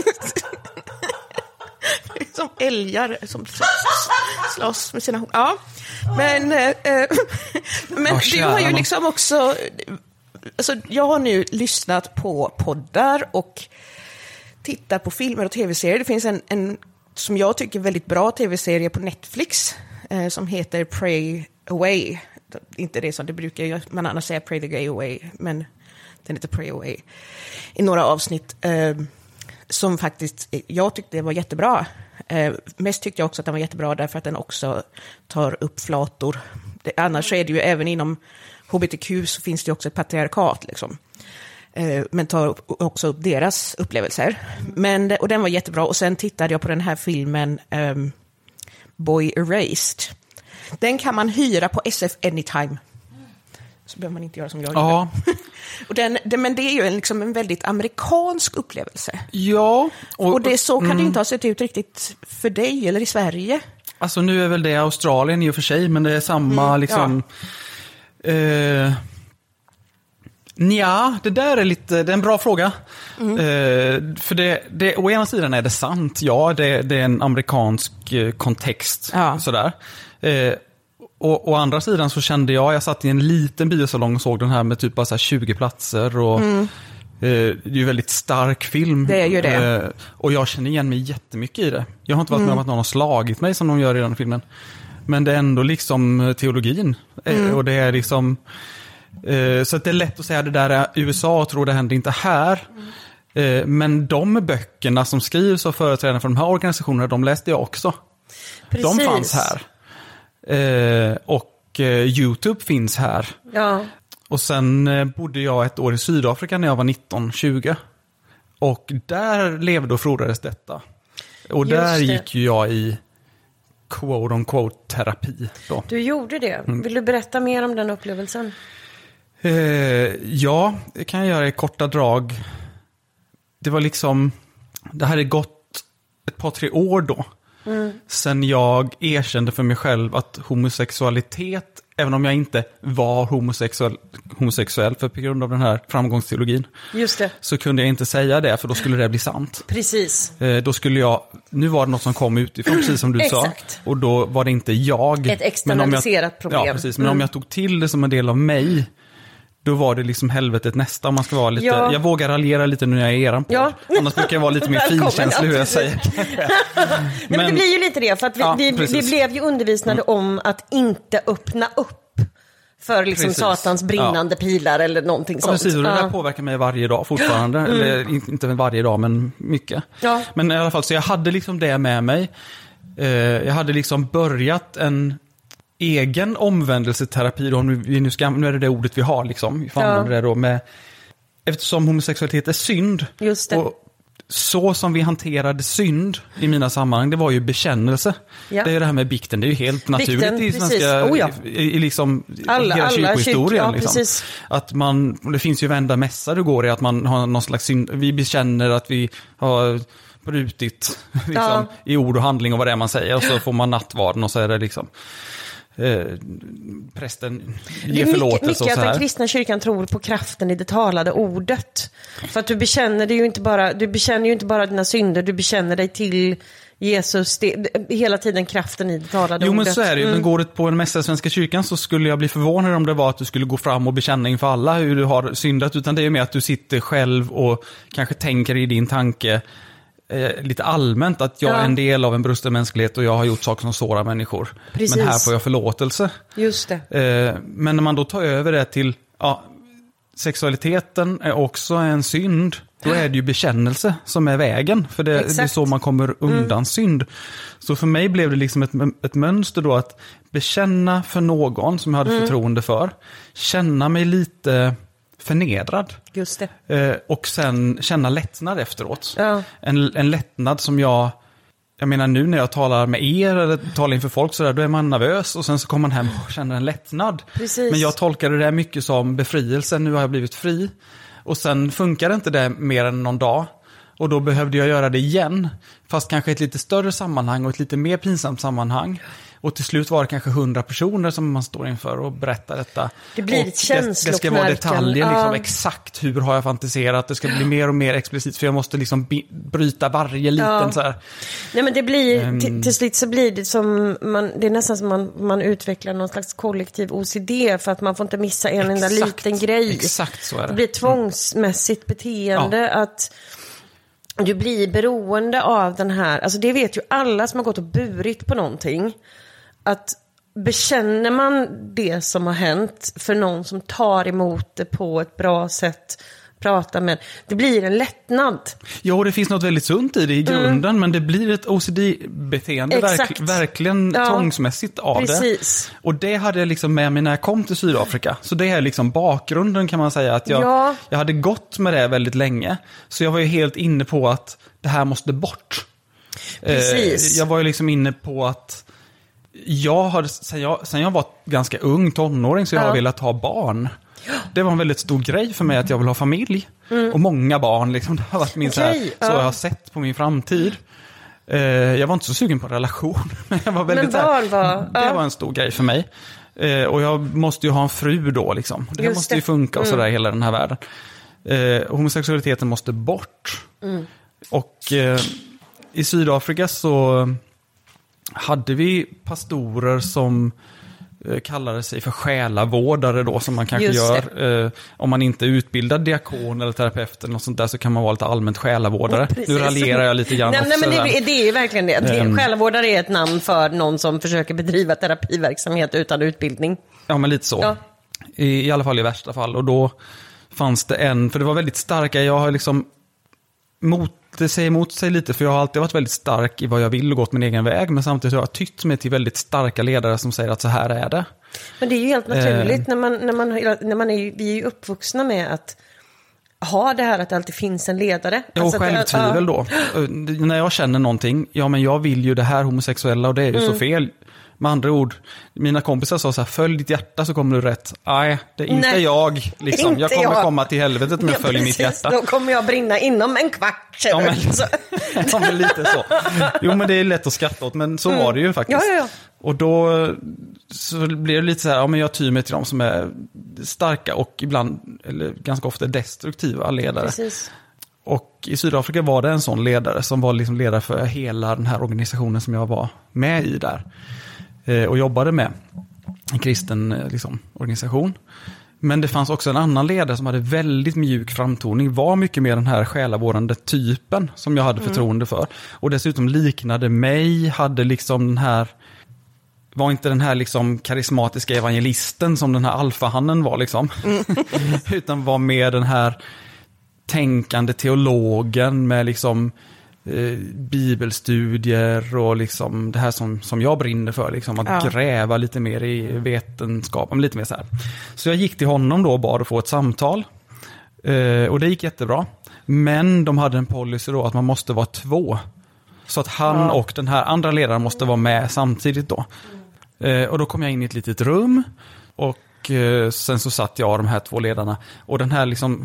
Som älgar som slåss, slåss med sina horn. Ja, men, eh, men Ja, du kära har ju nån. liksom också... Alltså, jag har nu lyssnat på poddar och tittat på filmer och tv-serier. Det finns en, en som jag tycker väldigt bra tv-serie på Netflix eh, som heter Pray Away. Inte det som det brukar ju, man annars säga Pray the Gay Away, men den heter Pray Away. I några avsnitt eh, som faktiskt jag tyckte var jättebra. Eh, mest tyckte jag också att den var jättebra därför att den också tar upp flator. Det, annars så är det ju även inom H B T Q så finns det också ett patriarkat liksom. Eh, men tar upp, också upp deras upplevelser. Men, och den var jättebra. Och sen tittade jag på den här filmen um, Boy Erased. Den kan man hyra på S F Anytime. Så behöver man inte göra som jag Ja. gjorde. Och den, det, men det är ju en, liksom en väldigt amerikansk upplevelse. Ja. Och, Och det, så kan mm. det inte ha sett ut riktigt för dig eller i Sverige. Alltså nu är väl det Australien i och för sig, men det är samma Mm, liksom... Eh, nja, det där är lite, det är en bra fråga. Mm. Eh, för det, det, å ena sidan är det sant, ja, det, det är en amerikansk eh, kontext. Ja. Sådär. Eh, och å andra sidan så kände jag, jag satt i en liten biosalong och såg den här med typ bara så här tjugo platser och... Mm. Det är ju en väldigt stark film. Det är ju det. Eh, och jag känner igen mig jättemycket i det. Jag har inte varit med om att någon har slagit mig som de gör i den filmen. Men det är ändå liksom teologin. Eh, och det är liksom... Eh, så att det är lätt att säga det där är U S A och tror det händer inte här. Eh, men de böckerna som skrivs av företrädare för de här organisationerna, de läste jag också. Precis. De fanns här. Eh, och eh, YouTube finns här. Ja. Och sen eh, bodde jag ett år i Sydafrika när jag var nitton tjugo. Och där levde och frodades detta. Och Just där det. gick ju jag i quote on quote terapi då. Du gjorde det. Mm. Vill du berätta mer om den upplevelsen? Eh, ja, det kan jag göra i korta drag. Det var liksom, det hade gått ett par tre år då. Mm. Sen jag erkände för mig själv att homosexualitet, även om jag inte var homosexuell, homosexuell för på grund av den här framgångsteologin, Just det. så kunde jag inte säga det, för då skulle det bli sant. Precis. Eh, då skulle jag, nu var det något som kom utifrån, precis som du Exakt. sa. Och då var det inte jag. Ett externaliserat jag, problem. Ja, precis. Men Mm. om jag tog till det som en del av mig, då var det liksom helvetet nästa. Om man ska vara lite, Ja. jag vågar raljera lite nu när jag är eran podd. Ja. Annars brukar jag vara lite mer Välkommen, finkänslig hur jag ja, säger. Nej, men det blir ju lite det, för att vi, Ja, vi, vi precis. blev ju undervisade om att inte öppna upp för liksom Precis. satans brinnande Ja. pilar eller någonting Ja, sånt. precis, och det där Ja. påverkar mig varje dag fortfarande. Mm. Eller in- inte varje dag, men mycket. Ja. Men i alla fall, så jag hade liksom det med mig. Eh, jag hade liksom börjat en egen omvändelseterapi. Då, nu, vi nu, ska, nu är det det ordet vi har, liksom. Vi får Ja. använda det då med... Eftersom homosexualitet är synd. Just det. Och så som vi hanterade synd i mina sammanhang, det var ju bekännelse. Ja. Det är det här med bikten, det är ju helt naturligt Bikten, i precis. svenska, Oh ja. i, i liksom Alla- hela alla kyrkohistorien. kyrk- ja, liksom. precis. Att man, det finns ju vända mässa du går i, att man har någon slags synd, vi bekänner att vi har brutit liksom, Ja. i ord och handling och vad det är man säger, och så får man nattvarden och så är det liksom eh, prästen Det ger är mycket, förlåtelse och mycket så att den här. kristna kyrkan tror på kraften i det talade ordet. För att du bekänner det ju inte bara, du bekänner ju inte bara dina synder, du bekänner dig till Jesus, det, det, hela tiden kraften i det talade Jo, ordet. men så är det ju. Mm. Men går det på en mässa i Svenska kyrkan så skulle jag bli förvånad om det var att du skulle gå fram och bekänna inför alla hur du har syndat, utan det är ju mer att du sitter själv och kanske tänker i din tanke eh, lite allmänt att jag Ja. är en del av en brusten mänsklighet och jag har gjort saker som sårar människor. Precis. Men här får jag förlåtelse. Just det. Eh, men när man då tar över det till ja, sexualiteten är också en synd, då är det ju bekännelse som är vägen. För det, det är Exakt. så man kommer undan Mm. synd. Så för mig blev det liksom ett, ett mönster då att bekänna för någon som jag hade Mm. förtroende för. Känna mig lite förnedrad. Just det. Eh, och sen känna lättnad efteråt. Ja. En, en lättnad som jag... Jag menar nu när jag talar med er eller talar inför folk så där, då är man nervös och sen så kommer man hem och känner en lättnad. Precis. Men jag tolkade det mycket som befrielse, nu har jag blivit fri. Och sen funkar inte det mer än någon dag. Och då behövde jag göra det igen. Fast kanske ett lite större sammanhang och ett lite mer pinsamt sammanhang. Och till slut var det kanske hundra personer som man står inför och berättar detta. Det blir och ett det, det ska vara känsloknarkan. detaljer, liksom, Ja. exakt hur har jag fantiserat. Det ska bli mer och mer explicit för jag måste liksom bi- bryta varje liten Ja. så här. Nej, men det blir, Ehm. till, till slut så blir det som, man, det är nästan som man, man utvecklar någon slags kollektiv O C D för att man får inte missa en enda Exakt. liten grej. Exakt så är det. Det blir ett tvångsmässigt beteende att du blir beroende av den här, alltså det vet ju alla som har gått och burit på någonting, att bekänner man det som har hänt för någon som tar emot det på ett bra sätt, pratar med, det blir en lättnad. Jo, det finns något väldigt sunt i det i grunden, men det blir ett O C D-beteende Exakt. verk, verkligen Ja. tvångsmässigt av Precis. det. Och det hade jag liksom med mig när jag kom till Sydafrika. Så det är liksom bakgrunden kan man säga, att jag, Ja. jag hade gått med det väldigt länge. Så jag var ju helt inne på att det här måste bort. Precis. Eh, jag var ju liksom inne på att jag har, sen jag, sen jag var ganska ung tonåring så jag Ja. har velat ha barn. Det var en väldigt stor grej för mig att jag vill ha familj. Och många barn, liksom. Det har varit min så, här, Okej, så ja. jag har sett på min framtid. Eh, jag var inte så sugen på en relation. Men jag var väldigt Men så här, barn var- det ja. var en stor grej för mig. Eh, och jag måste ju ha en fru då liksom. Det Just måste ju det. funka och sådär hela den här världen. Eh, homosexualiteten måste bort. Mm. Och eh, i Sydafrika så hade vi pastorer som eh, kallade sig för själavårdare då, som man kanske Just gör. Eh, om man inte är utbildad diakon eller terapeut eller något sånt där så kan man vara lite allmänt själavårdare. Precis. Nu raljerar jag lite grann Nej, nej, också men det, där. det är ju verkligen det. det Ehm. Själavårdare är ett namn för någon som försöker bedriva terapiverksamhet utan utbildning. Ja, men lite så. Ja. I, I alla fall i värsta fall. Och då fanns det en, för det var väldigt starka, jag har liksom mot, det säger emot sig lite, för jag har alltid varit väldigt stark i vad jag vill och gått min egen väg, men samtidigt har jag tytt mig till väldigt starka ledare som säger att så här är det. Men det är ju helt naturligt Eh. när man, när man, när man är, vi är ju uppvuxna med att ha det här att det alltid finns en ledare. Ja, och Alltså att det- självtvivel ja. då. Eh, När jag känner någonting, ja men jag vill ju det här homosexuella och det är ju Mm. så fel. Med andra ord, mina kompisar sa så här, följ ditt hjärta så kommer du rätt. Nej, det är inte Nej, jag. Liksom. inte jag kommer jag. komma till helvetet om jag Ja, följer mitt precis. hjärta. Då kommer jag brinna inom en kvart. Ja, men, Så- ja, men lite så. Jo, men det är lätt att skratta åt, men så var det ju faktiskt. Ja, ja, ja. Och då så blir det lite så här, ja men jag tyr mig till dem som är starka och ibland, eller ganska ofta destruktiva ledare. Precis. Och i Sydafrika var det en sån ledare som var liksom ledare för hela den här organisationen som jag var med i där. Eh, och jobbade med en kristen eh, liksom, organisation. Men det fanns också en annan ledare som hade väldigt mjuk framtoning. Var mycket mer den här själavårdande typen som jag hade förtroende för. Och dessutom liknade mig, hade liksom den här var inte den här liksom karismatiska evangelisten som den här alfahannen var liksom. Mm. Utan var mer den här tänkande teologen med liksom eh, bibelstudier och liksom det här som, som jag brinner för, liksom, att ja. gräva lite mer i vetenskapen, lite mer så här. Så jag gick till honom då och bad att få ett samtal. Eh, och det gick jättebra. Men de hade en policy då att man måste vara två. Så att han ja. och den här andra ledaren måste vara med samtidigt då. Eh, och då kom jag in i ett litet rum. Och eh, sen så satt jag och de här två ledarna. Och den här liksom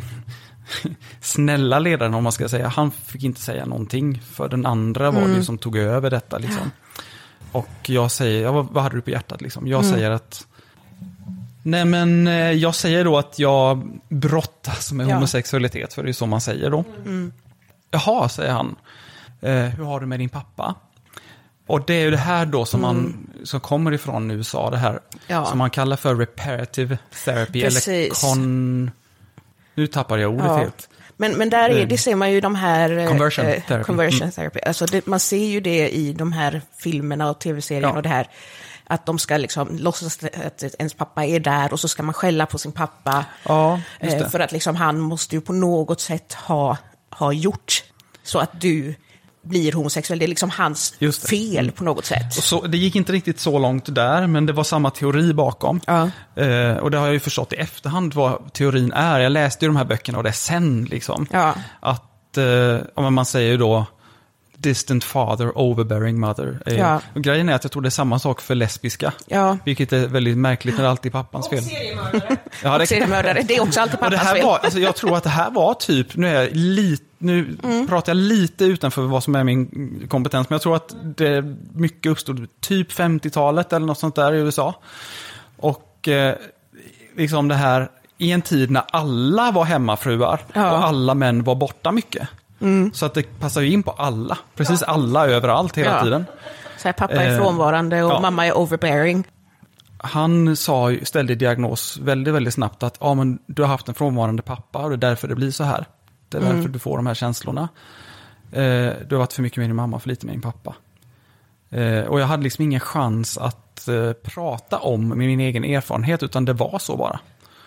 snälla ledaren, om man ska säga, han fick inte säga någonting. För den andra var mm. det som tog över detta liksom. Och jag säger, ja, vad, vad hade du på hjärtat liksom? Jag mm. säger att nej men jag säger då att jag brottas med ja. homosexualitet, för det är så man säger då. Mm. Jaha, säger han. Eh, hur har du med din pappa? Och det är ju det här då som, mm. man, som kommer ifrån U S A, det här ja. som man kallar för reparative therapy. Precis. Eller kon... Nu tappar jag ordet ja. helt. Men, men där är, det ser man ju de här conversion eh, therapy. Conversion mm. therapy. Alltså det, man ser ju det i de här filmerna och tv-serien ja. och det här. Att de ska liksom låtsas att ens pappa är där och så ska man skälla på sin pappa. Ja, just det. För att liksom han måste ju på något sätt ha, ha gjort så att du blir homosexuell. Det är liksom hans fel på något sätt. Och så, det gick inte riktigt så långt där, men det var samma teori bakom. Ja. Eh, och det har jag ju förstått i efterhand vad teorin är. Jag läste ju de här böckerna och det sen liksom. Ja. Att, eh, man säger ju då distant father, overbearing mother. Eh, ja. och grejen är att jag tror det är samma sak för lesbiska. Ja. Vilket är väldigt märkligt när det alltid är pappans fel. Och seriemördare. Ja, det, seriemördare. Det är också alltid pappans och det här fel. Var, alltså, jag tror att det här var typ, nu är jag lite Nu mm. pratar jag lite utanför vad som är min kompetens, men jag tror att det mycket uppstod typ femtiotalet eller något sånt där i U S A. Och eh, liksom det här i en tid när alla var hemmafruar ja. och alla män var borta mycket. Mm. Så att det passar ju in på alla, precis ja. alla överallt hela ja. tiden. Så här, pappa är frånvarande och ja. mamma är overbearing. Han sa, ställde diagnos väldigt, väldigt snabbt att ja, men du har haft en frånvarande pappa och det är därför det blir så här. Det är därför mm. du får de här känslorna. Eh, du har varit för mycket med din mamma, för lite med din pappa. Eh, och jag hade liksom ingen chans att eh, prata om med min egen erfarenhet, utan det var så bara.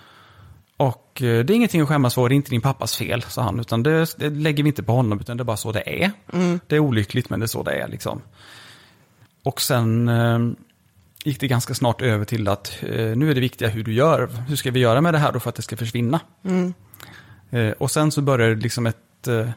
Och eh, det är ingenting att skämmas för, det är inte din pappas fel, sa han. Utan det, det lägger vi inte på honom, utan det är bara så det är. Mm. Det är olyckligt, men det är så det är liksom. Och sen eh, gick det ganska snart över till att eh, nu är det viktiga hur du gör. Hur ska vi göra med det här då för att det ska försvinna? Mm. Eh, och sen så började det liksom ett eh,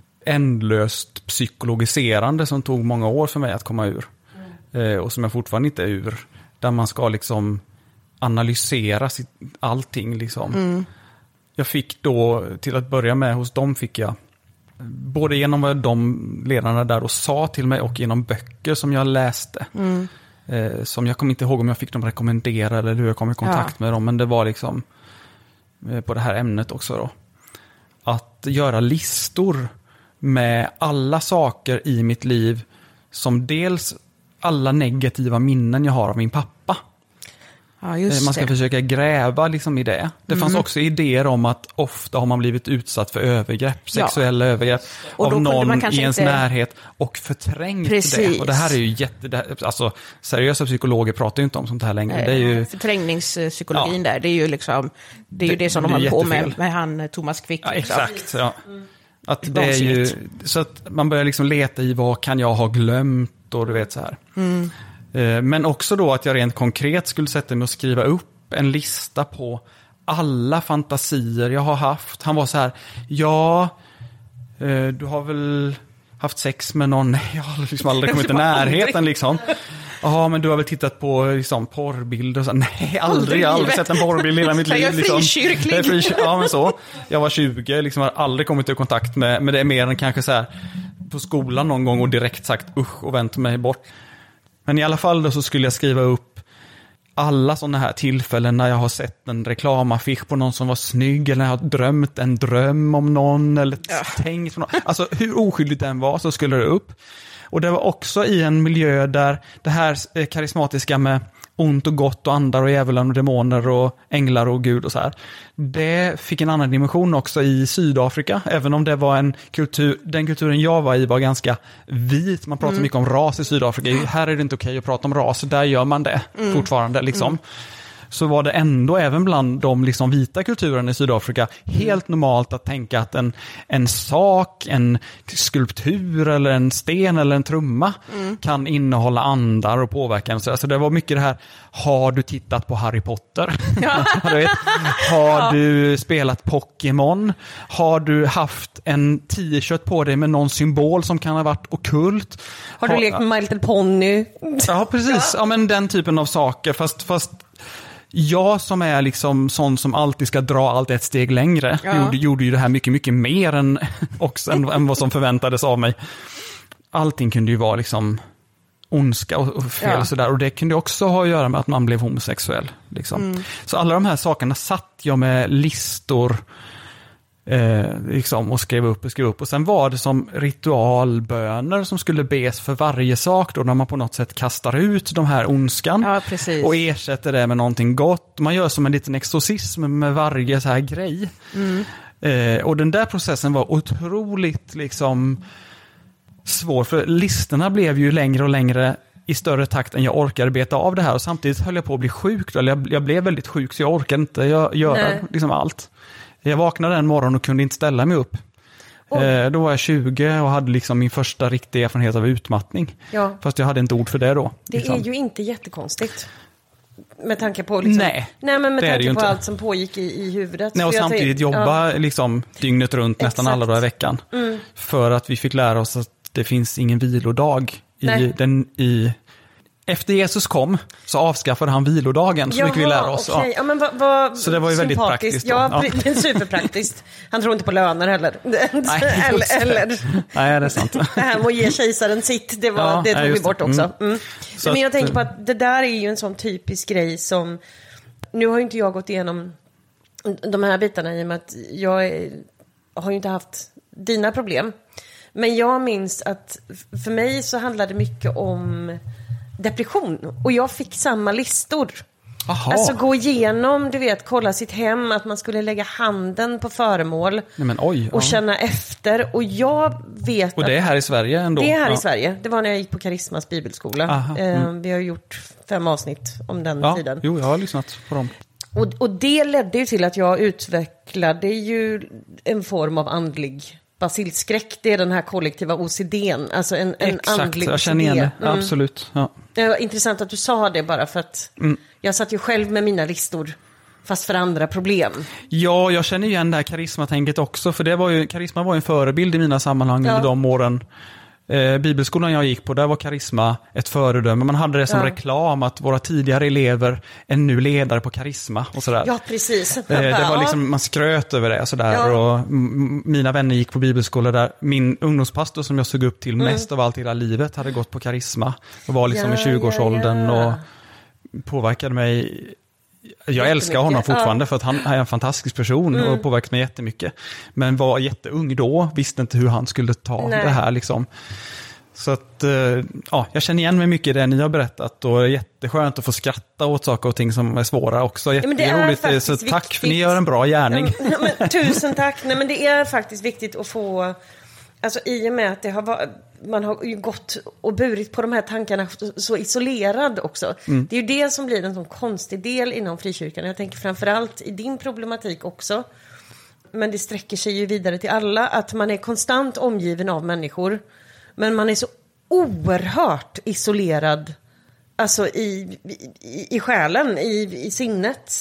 ändlöst psykologiserande som tog många år för mig att komma ur. Mm. Eh, och som jag fortfarande inte är ur. Där man ska liksom analysera sitt, allting liksom. Mm. Jag fick då, till att börja med, hos dem fick jag både genom vad de ledarna där och sa till mig och genom böcker som jag läste. Mm. Eh, som jag kommer inte ihåg om jag fick dem rekommendera eller hur jag kom i kontakt ja. med dem. Men det var liksom eh, på det här ämnet också då. Att göra listor med alla saker i mitt liv som dels alla negativa minnen jag har av min pappa. Ja, just man ska det. försöka gräva liksom i det. Det mm. fanns också idéer om att ofta har man blivit utsatt för övergrepp, sexuella ja. övergrepp och av någon i ens inte... närhet och förträngt Precis. det. Och det här är ju jätte... Det här, alltså, seriösa psykologer pratar ju inte om sånt här längre. Det är ju... Förträngningspsykologin ja. där, det är ju liksom det är ju det, det som de håller på med, med han Thomas Quick. Ja, exakt, ja. Att det är ju, så att man börjar liksom leta i vad kan jag ha glömt och du vet så här. Mm. Men också då att jag rent konkret skulle sätta mig och skriva upp en lista på alla fantasier jag har haft. Han var så här, ja, du har väl haft sex med någon? Nej, jag har liksom aldrig kommit i närheten liksom. Ja, men du har väl tittat på liksom, porrbilder och så. Nej, aldrig, jag har aldrig sett en porrbild i hela mitt liv. Jag är liksom. frikyrklig. Fri, ja, men så. Jag var tjugo, liksom har aldrig kommit i kontakt med, med det mer än kanske så här på skolan någon gång och direkt sagt usch och vänt mig bort. Men i alla fall då så skulle jag skriva upp alla sådana här tillfällen när jag har sett en reklamaffisch på någon som var snygg eller när jag har drömt en dröm om någon eller ja. tänkt på någon. Alltså hur oskyldigt den var så skulle det upp. Och det var också i en miljö där det här karismatiska med ont och gott och andar och djävulen och demoner och änglar och Gud och så här. Det fick en annan dimension också i Sydafrika, även om det var en kultur, den kulturen jag var i var ganska vit. Man pratar mm. mycket om ras i Sydafrika. Här är det inte okej att prata om ras, där gör man det mm. fortfarande liksom. Mm. Så var det ändå även bland de liksom vita kulturerna i Sydafrika helt normalt att tänka att en, en sak, en skulptur eller en sten eller en trumma mm. kan innehålla andar och påverka en. Så alltså det var mycket det här, har du tittat på Harry Potter? Ja. Du vet, har ja. du spelat Pokémon? Har du haft en t-shirt på dig med någon symbol som kan ha varit ockult? Har du har, lekt med My Little Pony? Ja, precis. Ja. Ja, men den typen av saker. Fast... fast jag som är liksom sån som alltid ska dra allt ett steg längre ja. gjorde, gjorde ju det här mycket, mycket mer än, också, än, än vad som förväntades av mig. Allting kunde ju vara liksom ondska och, och fel ja. och sådär. Och det kunde också ha att göra med att man blev homosexuell. Liksom. Mm. Så alla de här sakerna satt jag med listor eh, liksom, och skrev upp och skrev upp. Och sen var det som ritualböner som skulle bes för varje sak då, när man på något sätt kastar ut de här ondskan ja, precis. och ersätter det med någonting gott. Man gör som en liten exorcism med varje så här grej. Mm. Eh, och den där processen var otroligt liksom svår, för listorna blev ju längre och längre i större takt än jag orkade beta av det här. Och samtidigt höll jag på att bli sjuk. Eller jag, jag blev väldigt sjuk så jag orkade inte göra liksom allt. Jag vaknade en morgon och kunde inte ställa mig upp. Eh, då var jag tjugo och hade liksom min första riktiga erfarenhet av utmattning. Ja. Fast jag hade inte ord för det då. Det liksom. är ju inte jättekonstigt. Med tanke på liksom, nej, nej men med det tanke på inte. allt som pågick i, i huvudet. Nej, och för samtidigt tänkte, jobba ja. liksom dygnet runt nästan Exakt. alla dagar i veckan. Mm. För att vi fick lära oss att det finns ingen vilodag i den i efter Jesus kom så avskaffade han vilodagen, så Jaha, fick vi lära oss. Okay. Ja. Ja, men va, va, så det var ju väldigt praktiskt. Då. Ja, ja. Superpraktiskt. Han tror inte på löner heller. Nej, eller, eller. Nej, det är sant. Det här med att ge kejsaren sitt, det, var, ja, det tog nej, vi bort också. Mm. Mm. Men jag att, tänker på att det där är ju en sån typisk grej som... Nu har ju inte jag gått igenom de här bitarna i och med att jag är, har ju inte haft dina problem. Men jag minns att för mig så handlade det mycket om depression. Och jag fick samma listor. Aha. Alltså gå igenom, du vet, kolla sitt hem, att man skulle lägga handen på föremål. Nej, men oj, och ja. känna efter. Och jag vet Och det är här i Sverige ändå? Det är här ja. i Sverige. Det var när jag gick på Karismas bibelskola. Aha, mm. eh, vi har gjort fem avsnitt om den ja, tiden. Jo, jag har lyssnat på dem. Och, och det ledde ju till att jag utvecklade ju en form av andlig basilskräck. Det är den här kollektiva O C D:n. Alltså en, en Exakt, andlig jag känner igen det. Mm. Absolut. Ja. Det var intressant att du sa det bara för att mm. jag satt ju själv med mina listor fast för andra problem. Ja, jag känner igen det här karismatänket också. För det var ju, karisma var ju en förebild i mina sammanhang ja. under de åren. Eh, bibelskolan jag gick på, där var karisma ett föredöme. Man hade det som ja. reklam att våra tidigare elever är nu ledare på karisma och sådär. Ja, precis. Eh, det var liksom, man skröt över det och sådär. Ja. Och m- mina vänner gick på bibelskola där. Min ungdomspastor som jag såg upp till mm. mest av allt i hela livet hade gått på karisma. Och var liksom ja, i tjugoårsåldern ja, ja. och påverkade mig. Jag älskar honom fortfarande ja. för att han är en fantastisk person mm. och påverkat mig jättemycket. Men var jätteung då, visste inte hur han skulle ta Nej. det här liksom. Så att, ja, jag känner igen mig mycket i det ni har berättat och det är jätteskönt att få skratta åt saker och ting som är svåra också. Jätteroligt. Ja, så tack viktigt. För ni gör en bra gärning. Ja, men, tusen tack. Nej, men det är faktiskt viktigt att få, alltså i och med att det har varit, man har ju gått och burit på de här tankarna så isolerad också. Mm. Det är ju det som blir en sån konstig del inom frikyrkan. Jag tänker framförallt i din problematik också. Men det sträcker sig ju vidare till alla. Att man är konstant omgiven av människor. Men man är så oerhört isolerad. Alltså i, i, i själen, i, i sinnet.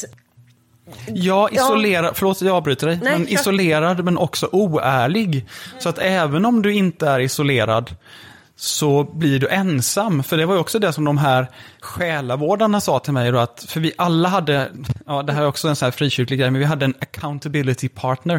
Ja, isolerad, ja. förlåt jag avbryter dig, Nej, men jag... isolerad men också oärlig. Mm. Så att även om du inte är isolerad så blir du ensam. För det var ju också det som de här själavårdarna sa till mig då, att för vi alla hade, ja det här är också en sån här frikyrklig grej, men vi hade en accountability partner.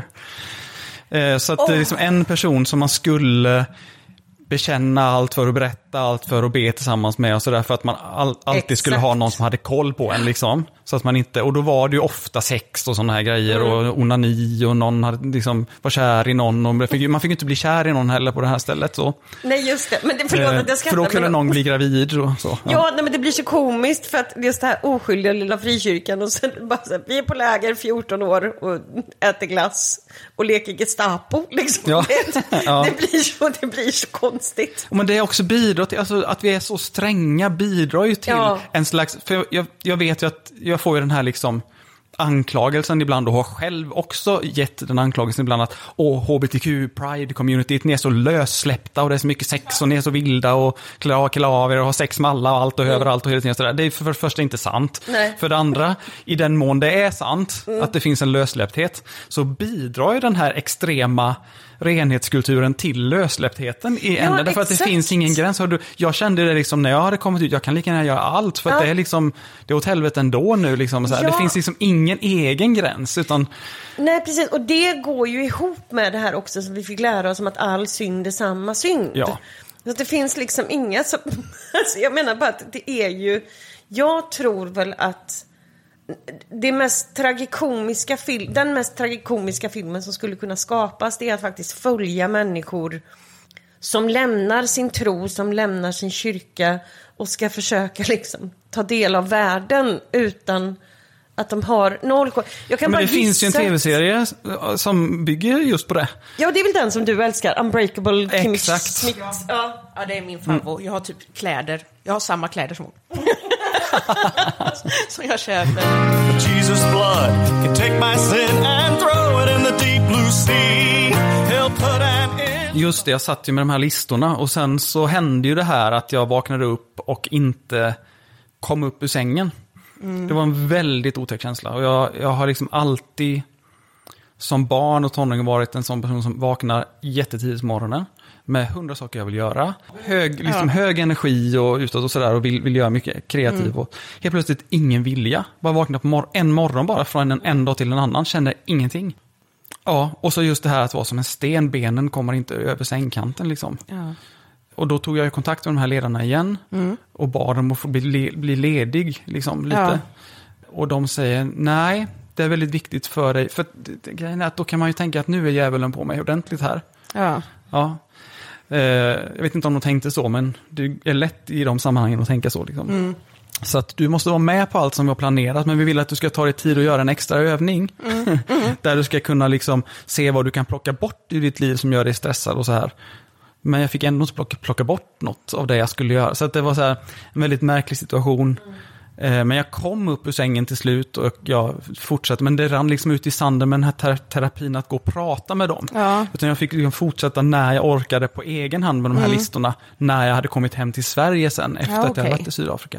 Eh, så att oh. det är liksom en person som man skulle bekänna allt för och berätta allt för och be tillsammans med och sådär, för att man all, alltid Exakt. skulle ha någon som hade koll på en liksom. Så att man inte, och då var det ju ofta sex och sådana här grejer mm. och onani och någon hade liksom var kär i någon och man fick, man fick inte bli kär i någon heller på det här stället så. Nej just det, men det, förlåt att jag skrattar. För då kunde någon bli gravid och så. Ja, ja nej, men det blir så komiskt för att just det här oskyldiga lilla frikyrkan och sen bara så här, vi är på läger fjorton år och äter glass och leker Gestapo liksom. Ja. Det, ja. det, blir så, det blir så konstigt. Men det är också bidrar till, alltså att vi är så stränga bidrar ju till ja. en slags, för jag, jag vet ju att jag får ju den här liksom anklagelsen ibland och har själv också gett den anklagelsen ibland att åh, H B T Q-pride-communityt, ni är så lössläppta och det är så mycket sex och ni är så vilda och klär av er och har sex med alla och allt och mm. överallt och hela tiden sådär. Det är för det första inte sant. Nej. För det andra, i den mån det är sant mm. att det finns en lössläppthet så bidrar ju den här extrema renhetskulturen till lössläpptheten i änden. Ja, därför att det finns ingen gräns. Jag kände det liksom när jag hade kommit ut, jag kan lika gärna göra allt för att ja. det är liksom, det är åt helvete ändå nu liksom, så här. Ja. Det finns liksom ingen egen gräns utan... Nej precis, och det går ju ihop med det här också som vi fick lära oss om att all synd är samma synd. Ja. Så att det finns liksom inga som... alltså jag menar bara att det är ju, jag tror väl att det mest tragikomiska film, den mest tragikomiska filmen som skulle kunna skapas, det är att faktiskt följa människor som lämnar sin tro, som lämnar sin kyrka och ska försöka liksom ta del av världen utan att de har noll. Jag kan Men bara det finns ju en tv-serie som bygger just på det. Ja, det är väl den som du älskar, Unbreakable Kim Exakt. Smith. Ja. Ja. ja, det är min favorit. Jag har typ kläder. Jag har samma kläder som hon. Så jag köper. Jesus blood can take my sin and throw it in the deep blue sea. He'll put an end. Just det, jag satt ju med de här listorna och sen så hände ju det här att jag vaknade upp och inte kom upp ur sängen. Mm. Det var en väldigt otäck känsla och jag, jag har liksom alltid som barn och tonåring varit en sån person som vaknar jättetidigt på morgonen med hundra saker jag vill göra. Hög, liksom ja. hög energi och utåt och sådär och vill, vill göra mycket kreativ. Mm. Och helt plötsligt ingen vilja. Bara vakna på mor- en morgon bara från en, en dag till en annan. Kände ingenting. Ja, och så just det här att vara som en sten. Benen kommer inte över sängkanten liksom. Ja. Och då tog jag kontakt med de här ledarna igen. Mm. Och bad dem att få bli, le- bli ledig liksom lite. Ja. Och de säger nej, det är väldigt viktigt för dig. För det, grejen är att då kan man ju tänka att nu är djävulen på mig ordentligt här. Ja. Ja. Uh, jag vet inte om de tänkte så, men det är lätt i de sammanhangen att tänka så liksom. Mm. Så att du måste vara med på allt som vi har planerat, men vi vill att du ska ta dig tid och göra en extra övning mm. Mm. där du ska kunna liksom se vad du kan plocka bort i ditt liv som gör dig stressad och så här. Men jag fick ändå inte plocka, plocka bort något av det jag skulle göra, så att det var så här en väldigt märklig situation. Mm. Men jag kom upp ur sängen till slut och jag fortsatte, men det rann liksom ut i sanden med den här ter- terapin att gå och prata med dem. Ja. Utan jag fick liksom fortsätta när jag orkade på egen hand med de här mm. listorna, när jag hade kommit hem till Sverige sen efter ja, okay. att jag hade varit i Sydafrika.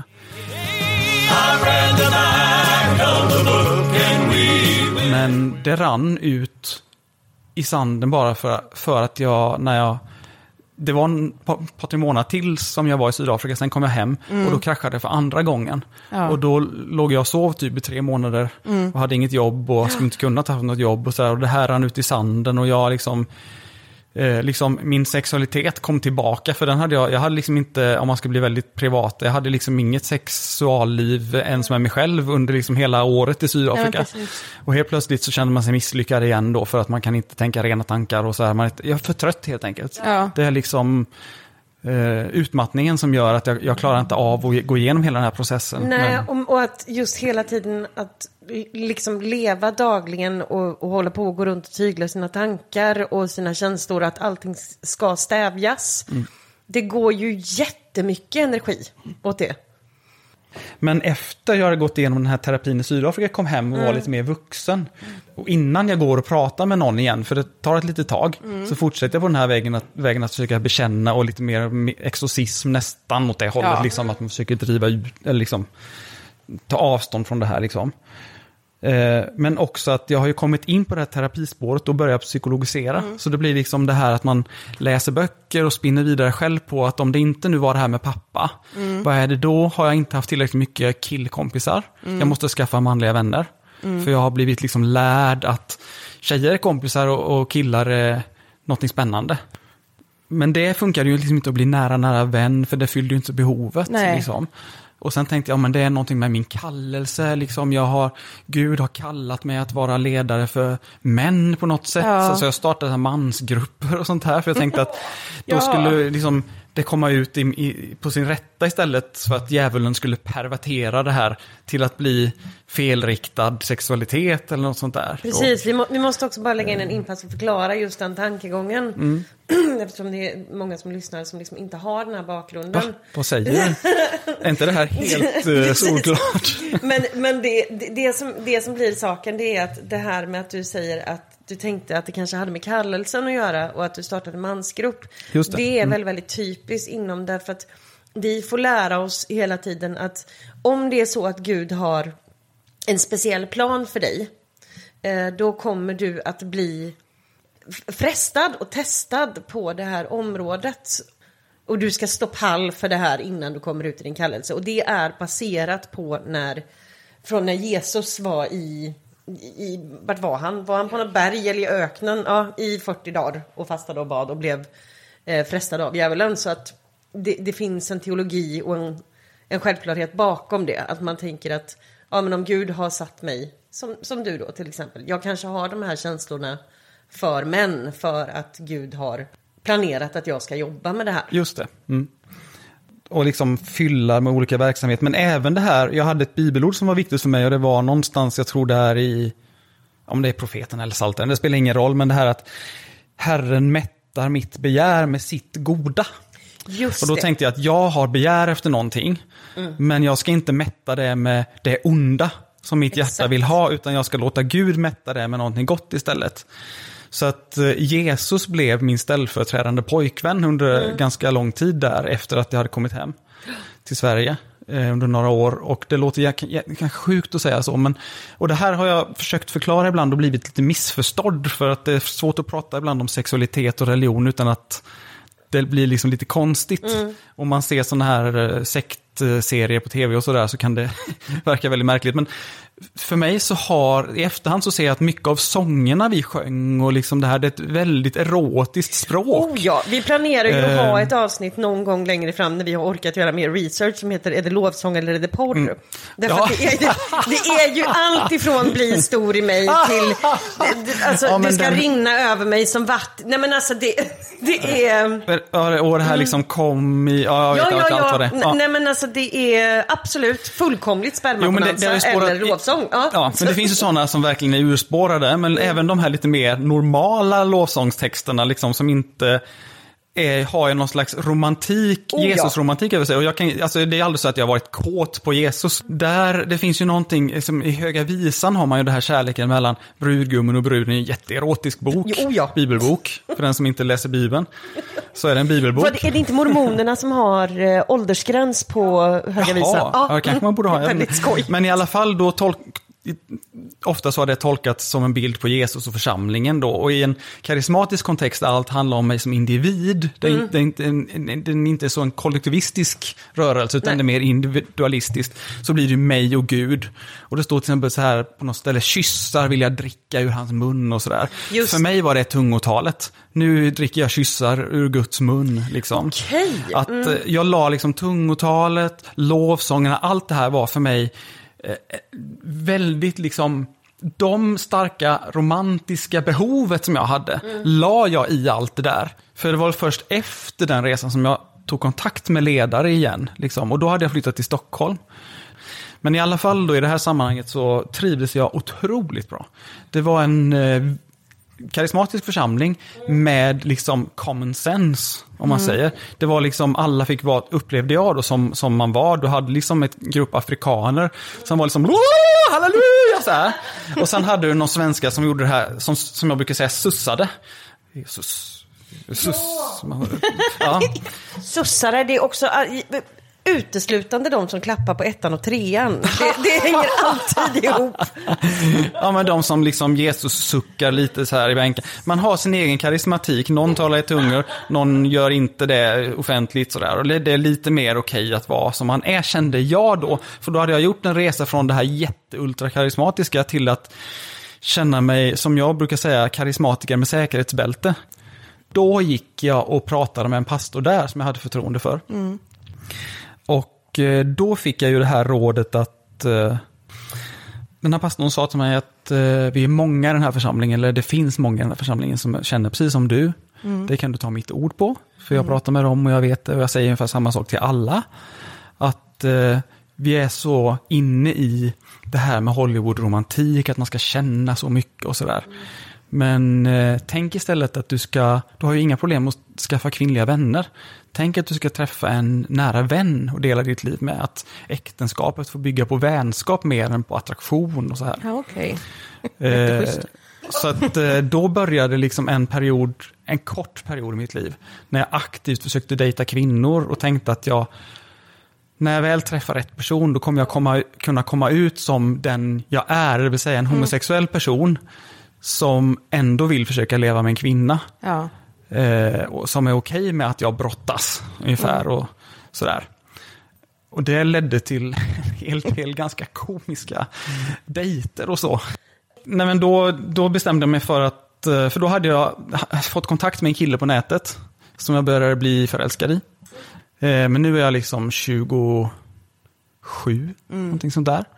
Men det rann ut i sanden bara för, för att jag, när jag det var en par tre månader till som jag var i Sydafrika. Sen kom jag hem mm. och då kraschade det för andra gången. Ja. Och då låg jag och sov typ i tre månader mm. och hade inget jobb och skulle inte kunna ta något jobb. Och, så här, och det här rann ut i sanden och jag liksom, eh, liksom min sexualitet kom tillbaka. För den hade jag, jag hade liksom inte, om man ska bli väldigt privat, jag hade liksom inget sexualliv ens med mig själv under liksom hela året i Sydafrika. Ja, och helt plötsligt så kände man sig misslyckad igen då för att man kan inte tänka rena tankar och så här. Man är, jag är för trött helt enkelt. Ja. Det är liksom eh, utmattningen som gör att jag, jag klarar inte av att gå igenom hela den här processen. Nej, Men... och, och att just hela tiden att liksom leva dagligen och, och hålla på och gå runt och tygla sina tankar och sina känslor, att allting ska stävjas. Mm. Det går ju jättemycket energi åt det. Men efter jag hade gått igenom den här terapin i Sydafrika, kom hem och var mm. lite mer vuxen. Och innan jag går och pratar med någon igen, för det tar ett litet tag, mm. så fortsätter jag på den här vägen att, vägen att försöka bekänna och lite mer exorcism nästan åt det hållet. Ja. Liksom, att man försöker driva ut, eller liksom ta avstånd från det här liksom. Eh, men också att jag har ju kommit in på det här terapispåret och börjat psykologisera. Mm. Så det blir liksom det här att man läser böcker och spinner vidare själv på att om det inte nu var det här med pappa, mm. vad är det då? Har jag inte haft tillräckligt mycket killkompisar? Mm. Jag måste skaffa manliga vänner. Mm. För jag har blivit liksom lärd att tjejer är kompisar och, och killar är något spännande. Men det funkar ju liksom inte att bli nära nära vän, för det fyllde ju inte behovet. Liksom. Och sen tänkte jag, men det är någonting med min kallelse. Liksom jag har, Gud har kallat mig att vara ledare för män på något sätt. Ja. Så jag startade här mansgrupper och sånt här. För jag tänkte att då Ja. skulle liksom det komma ut i, i, på sin rätta istället. För att djävulen skulle pervertera det här till att bli felriktad sexualitet eller något sånt där. Precis, vi, må, vi måste också bara lägga in en inpass och förklara just den tankegången. Mm. Eftersom det är många som lyssnar som liksom inte har den här bakgrunden. Va? Vad säger du? Är inte det här helt uh, solklart? Men, men det, det, det, som, det som blir saken, det är att det här med att du säger att du tänkte att det kanske hade med kallelsen att göra och att du startade mansgrupp. Just det. Det är Mm. väldigt, väldigt typiskt inom därför att vi får lära oss hela tiden att om det är så att Gud har en speciell plan för dig, eh, då kommer du att bli frestad och testad på det här området. Och du ska stå pall för det här innan du kommer ut i din kallelse. Och det är baserat på när, från när Jesus var i, i vart var han? Var han på något berg eller i öknen? Ja, i fyrtio dagar och fastade och bad och blev eh, frestad av djävulen. Så att det, det finns en teologi och en, en självklarhet bakom det. Att man tänker att ja, men om Gud har satt mig, som, som du då till exempel. Jag kanske har de här känslorna för män för att Gud har planerat att jag ska jobba med det här. Just det. Mm. Och liksom fylla med olika verksamhet. Men även det här, jag hade ett bibelord som var viktigt för mig och det var någonstans, jag tror det är i, om det är profeten eller Psaltaren, det spelar ingen roll, men det här att Herren mättar mitt begär med sitt goda. Just och då det. tänkte jag att jag har begär efter någonting, mm. men jag ska inte mätta det med det onda som mitt Exakt. hjärta vill ha, utan jag ska låta Gud mätta det med någonting gott istället. Så att Jesus blev min ställföreträdande pojkvän under mm. ganska lång tid där efter att jag hade kommit hem till Sverige eh, under några år. Och det låter kanske sjukt att säga så. Men, och det här har jag försökt förklara ibland och blivit lite missförstådd för att det är svårt att prata ibland om sexualitet och religion utan att det blir liksom lite konstigt. Mm. Om man ser sådana här sektserier på tv och sådär så kan det verka väldigt märkligt. Men för mig så har, i efterhand så ser jag att mycket av sångerna vi sjöng och liksom det här, det är ett väldigt erotiskt språk. Oh ja, vi planerar ju att eh. ha ett avsnitt någon gång längre fram när vi har orkat göra mer research som heter är det lovsång eller är det porr? Mm. Därför ja. att det är, ju, det är ju allt ifrån bli stor i mig till alltså ja, det ska den... rinna över mig som vatten. Nej men alltså det, det är... Ja, och det här liksom kom i... Ja, jag vet ja, ja, allt vad det. Ja. Nej men alltså det är absolut fullkomligt spermakonansa eller lovsång. Ja, ja, men det finns ju sådana som verkligen är urspårade, men mm. även de här lite mer normala lovsångstexterna liksom, som inte är, har ju någon slags romantik, oh, Jesus-romantik över sig. Och jag kan, alltså, det är aldrig så att jag har varit kåt på Jesus. Där, det finns ju någonting, som i Höga visan har man ju det här kärleken mellan brudgummen och bruden i en jätteerotisk bok, oh, ja. bibelbok, för den som inte läser Bibeln. Så är det en bibelbok. Vad, är det inte mormonerna som har eh, åldersgräns på Höga visan? Ja, ja, kanske man borde ha. Väldigt skoj. Men i alla fall då tolk... ofta så har det tolkats som en bild på Jesus och församlingen då. Och i en karismatisk kontext där allt handlar om mig som individ. Det är, mm. det är, inte, en, det är inte så en kollektivistisk rörelse utan Nej. det är mer individualistiskt. Så blir det mig och Gud. Och det står till exempel så här på något ställe: kyssar vill jag dricka ur hans mun och sådär. Just. För mig var det tungotalet. Nu dricker jag kyssar ur Guds mun liksom. Okay. Att mm. jag la liksom tungotalet, lovsångerna, allt det här var för mig väldigt liksom, de starka romantiska behovet som jag hade mm. la jag i allt det där. För det var först efter den resan som jag tog kontakt med ledare igen liksom, och då hade jag flyttat till Stockholm. Men i alla fall då i det här sammanhanget så trivdes jag otroligt bra. Det var en eh, karismatisk församling med liksom common sense, om man mm. säger. Det var liksom, alla fick vara, upplevde jag då som, som man var. Du hade liksom ett grupp afrikaner som var liksom halleluja så här. Och sen hade du någon svenska som gjorde det här, som, som jag brukar säga, sussade. Jesus. Sus. Ja. Sussare, det är också uteslutande de som klappar på ettan och trean. Det, det hänger alltid ihop. Ja, men de som liksom Jesus suckar lite så här i bänken. Man har sin egen karismatik. Någon talar i tungor, någon gör inte det offentligt sådär. Och det är lite mer okej att vara som man är, kände jag då. För då hade jag gjort en resa från det här jätteultrakarismatiska till att känna mig, som jag brukar säga, karismatiker med säkerhetsbälte. Då gick jag och pratade med en pastor där som jag hade förtroende för. Mm. Och eh, då fick jag ju det här rådet att eh, den här pastorn sa till mig att eh, vi är många i den här församlingen, eller det finns många i den här församlingen som känner precis som du. Mm. Det kan du ta mitt ord på, för jag mm. pratar med dem och jag vet det, och jag säger ungefär samma sak till alla. Att eh, vi är så inne i det här med Hollywood-romantik, att man ska känna så mycket och sådär. Mm. Men eh, tänk istället att du ska, du har ju inga problem att skaffa kvinnliga vänner. Tänk att du ska träffa en nära vän och dela ditt liv med, att äktenskapet får bygga på vänskap mer än på attraktion och så här. Ja, okej. Eh, så att eh, då började liksom en period, en kort period i mitt liv, när jag aktivt försökte dejta kvinnor och tänkte att jag, när jag väl träffar rätt person, då kommer jag komma, kunna komma ut som den jag är, det vill säga en homosexuell person som ändå vill försöka leva med en kvinna. Ja. Eh, och som är okej med att jag brottas ungefär mm. och sådär. Och det ledde till helt, helt ganska komiska mm. dejter och så. Nej, men då, då bestämde jag mig för att, för då hade jag fått kontakt med en kille på nätet som jag började bli förälskad i. Eh, men nu är jag liksom tjugosju, mm. någonting sånt där.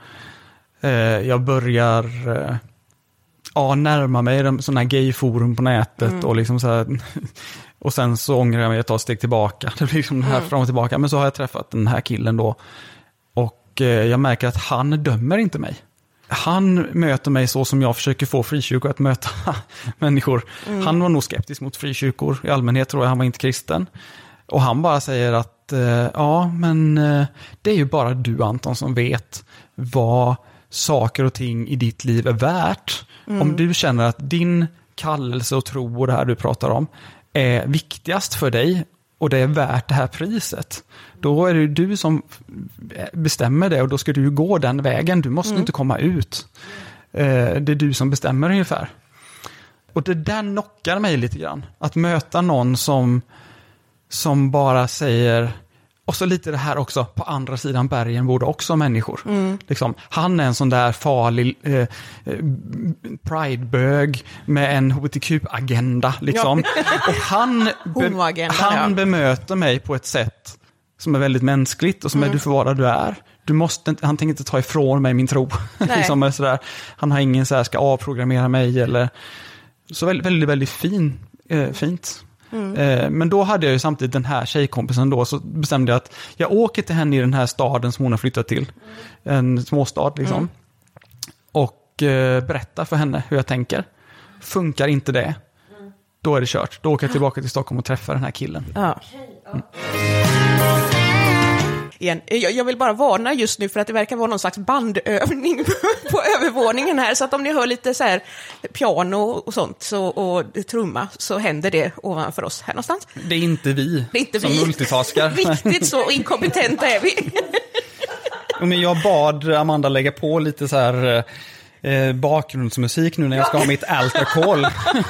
Eh, jag börjar eh, ja, närma mig de, sådana här gayforum på nätet mm. och liksom så här, och sen så ångrar jag mig att ta ett steg tillbaka. Det blir liksom det här mm. fram och tillbaka. Men så har jag träffat den här killen då, och eh, jag märker att han dömer inte mig. Han möter mig så som jag försöker få frikyrkor att möta människor. Mm. Han var nog skeptisk mot frikyrkor. I allmänhet tror jag han var inte kristen. Och han bara säger att eh, ja, men eh, det är ju bara du, Anton, som vet vad saker och ting i ditt liv är värt. Mm. Om du känner att din kallelse och tro och det här du pratar om är viktigast för dig och det är värt det här priset, då är det du som bestämmer det, och då ska du gå den vägen. Du måste mm. inte komma ut. Eh, det är du som bestämmer ungefär. Och det där knockar mig lite grann. Att möta någon som, som bara säger, och så lite det här också, på andra sidan bergen bor det också människor. Mm. Liksom, han är en sån där farlig eh, pridebög med en H B T Q-agenda. Liksom. Ja. Och han, be- han ja. bemöter mig på ett sätt som är väldigt mänskligt och som mm. är du får vara du är. Du måste inte, han tänker inte ta ifrån mig min tro. liksom, är sådär. Han har ingen så här, ska avprogrammera mig. Eller, så väldigt, väldigt, väldigt fin, eh, fint. Mm. Eh, men då hade jag ju samtidigt den här tjejkompisen då, så bestämde jag att jag åker till henne i den här staden som hon har flyttat till. Mm. En småstad liksom. Mm. Och eh, berättar för henne hur jag tänker. Funkar inte det, mm. då är det kört. Då åker jag tillbaka till Stockholm och träffar den här killen. Ja. Mm. Igen. Jag, jag vill bara varna just nu för att det verkar vara någon slags bandövning på övervåningen här. Så att om ni hör lite så här piano och sånt så, och trumma, så händer det ovanför oss här någonstans. Det är inte vi det är inte som vi. multitaskar. Riktigt så inkompetenta är vi. Men jag bad Amanda lägga på lite så här eh, bakgrundsmusik nu när jag ska ha mitt altar call.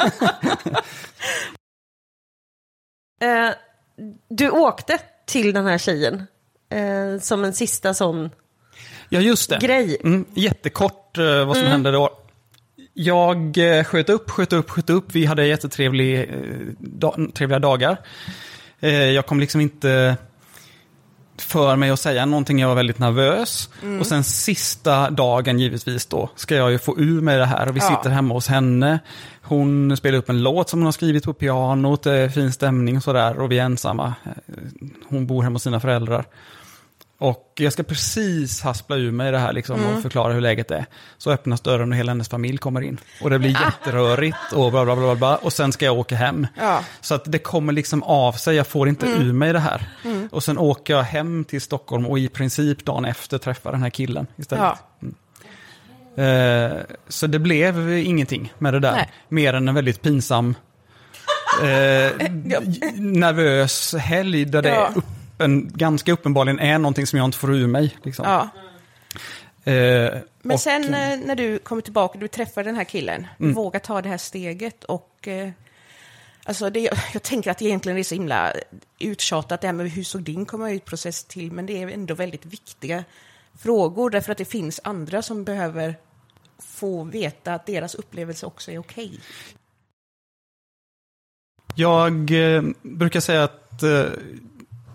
uh, du åkte till den här tjejen eh, som en sista sån ja, just det. grej. Mm, jättekort eh, vad som mm. hände då. Jag eh, sköt upp, sköt upp, sköt upp. Vi hade jättetrevliga eh, da- trevliga dagar. Eh, jag kom liksom inte för mig att säga någonting. Jag var väldigt nervös. Mm. Och sen sista dagen givetvis då ska jag ju få ur mig det här. Och vi ja. sitter hemma hos henne. Hon spelar upp en låt som hon har skrivit på pianot. Det är fin stämning och sådär. Och vi är ensamma. Hon bor hemma hos sina föräldrar. Och jag ska precis haspla ur mig det här liksom, mm. och förklara hur läget är. Så öppnas dörren och hela hennes familj kommer in. Och det blir ah. jätterörigt och bla bla bla bla. Och sen ska jag åka hem. Ja. Så att det kommer liksom av sig. Jag får inte mm. ur mig det här. Mm. Och sen åker jag hem till Stockholm och i princip dagen efter träffar den här killen istället. Ja. Mm. Eh, så det blev ingenting med det där. Nej. Mer än en väldigt pinsam eh, ja. nervös helg där det ja. är upp En, ganska uppenbarligen är någonting som jag inte får ur mig. Liksom. Ja. Eh, Men och, sen eh, när du kommer tillbaka, du träffar den här killen, mm. våga ta det här steget. Och eh, alltså det, jag tänker att det egentligen är så himla uttjatat det här med hur såg din komma ut-process till, men det är ändå väldigt viktiga frågor, därför att det finns andra som behöver få veta att deras upplevelse också är okej. Jag eh, brukar säga att eh,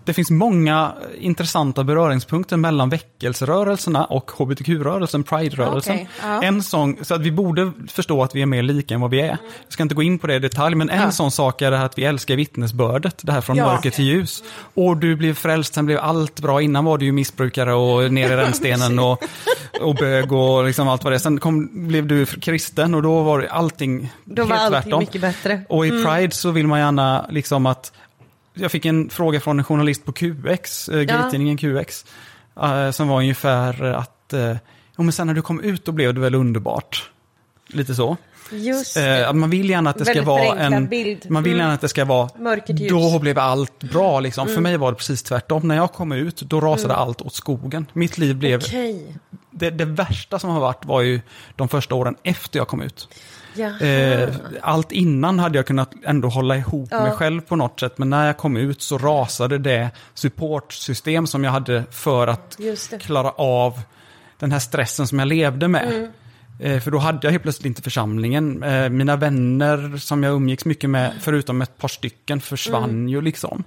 det finns många intressanta beröringspunkter mellan väckelserörelserna och hbtq-rörelsen, Pride-rörelsen. Okay, ja. En sån, så att vi borde förstå att vi är mer lika än vad vi är. Jag ska inte gå in på det i detalj, men en ja. sån sak är det här att vi älskar vittnesbördet, det här från Ja. mörker till ljus. Och du blev frälst, sen blev allt bra. Innan var du ju missbrukare och ner i rännstenen och, och bög och liksom allt vad det är. Sen kom, blev du kristen och då var allting Då helt var allting tvärtom. mycket bättre. Och i Pride så vill man gärna liksom att... Jag fick en fråga från en journalist på Q X, äh, gay-tidningen Q X, äh, som var ungefär att äh, ja, men sen när du kom ut då blev det väl underbart. Lite så. Just äh, man vill gärna att det ska Väldigt vara förenklad en... bild. Man vill Mm. gärna att det ska vara... Mörker till ljus. Då blev allt bra liksom. Mm. För mig var det precis tvärtom. När jag kom ut, då rasade Mm. allt åt skogen. Mitt liv blev... Okej. Det, det värsta som har varit var ju de första åren efter jag kom ut. Jaha. Eh, allt innan hade jag kunnat ändå hålla ihop Ja. mig själv på något sätt. Men när jag kom ut så rasade det supportsystem som jag hade för att Just det. klara av den här stressen som jag levde med. Mm. Eh, för då hade jag helt plötsligt inte församlingen. Eh, mina vänner som jag umgicks mycket med, förutom ett par stycken, försvann Mm. ju liksom.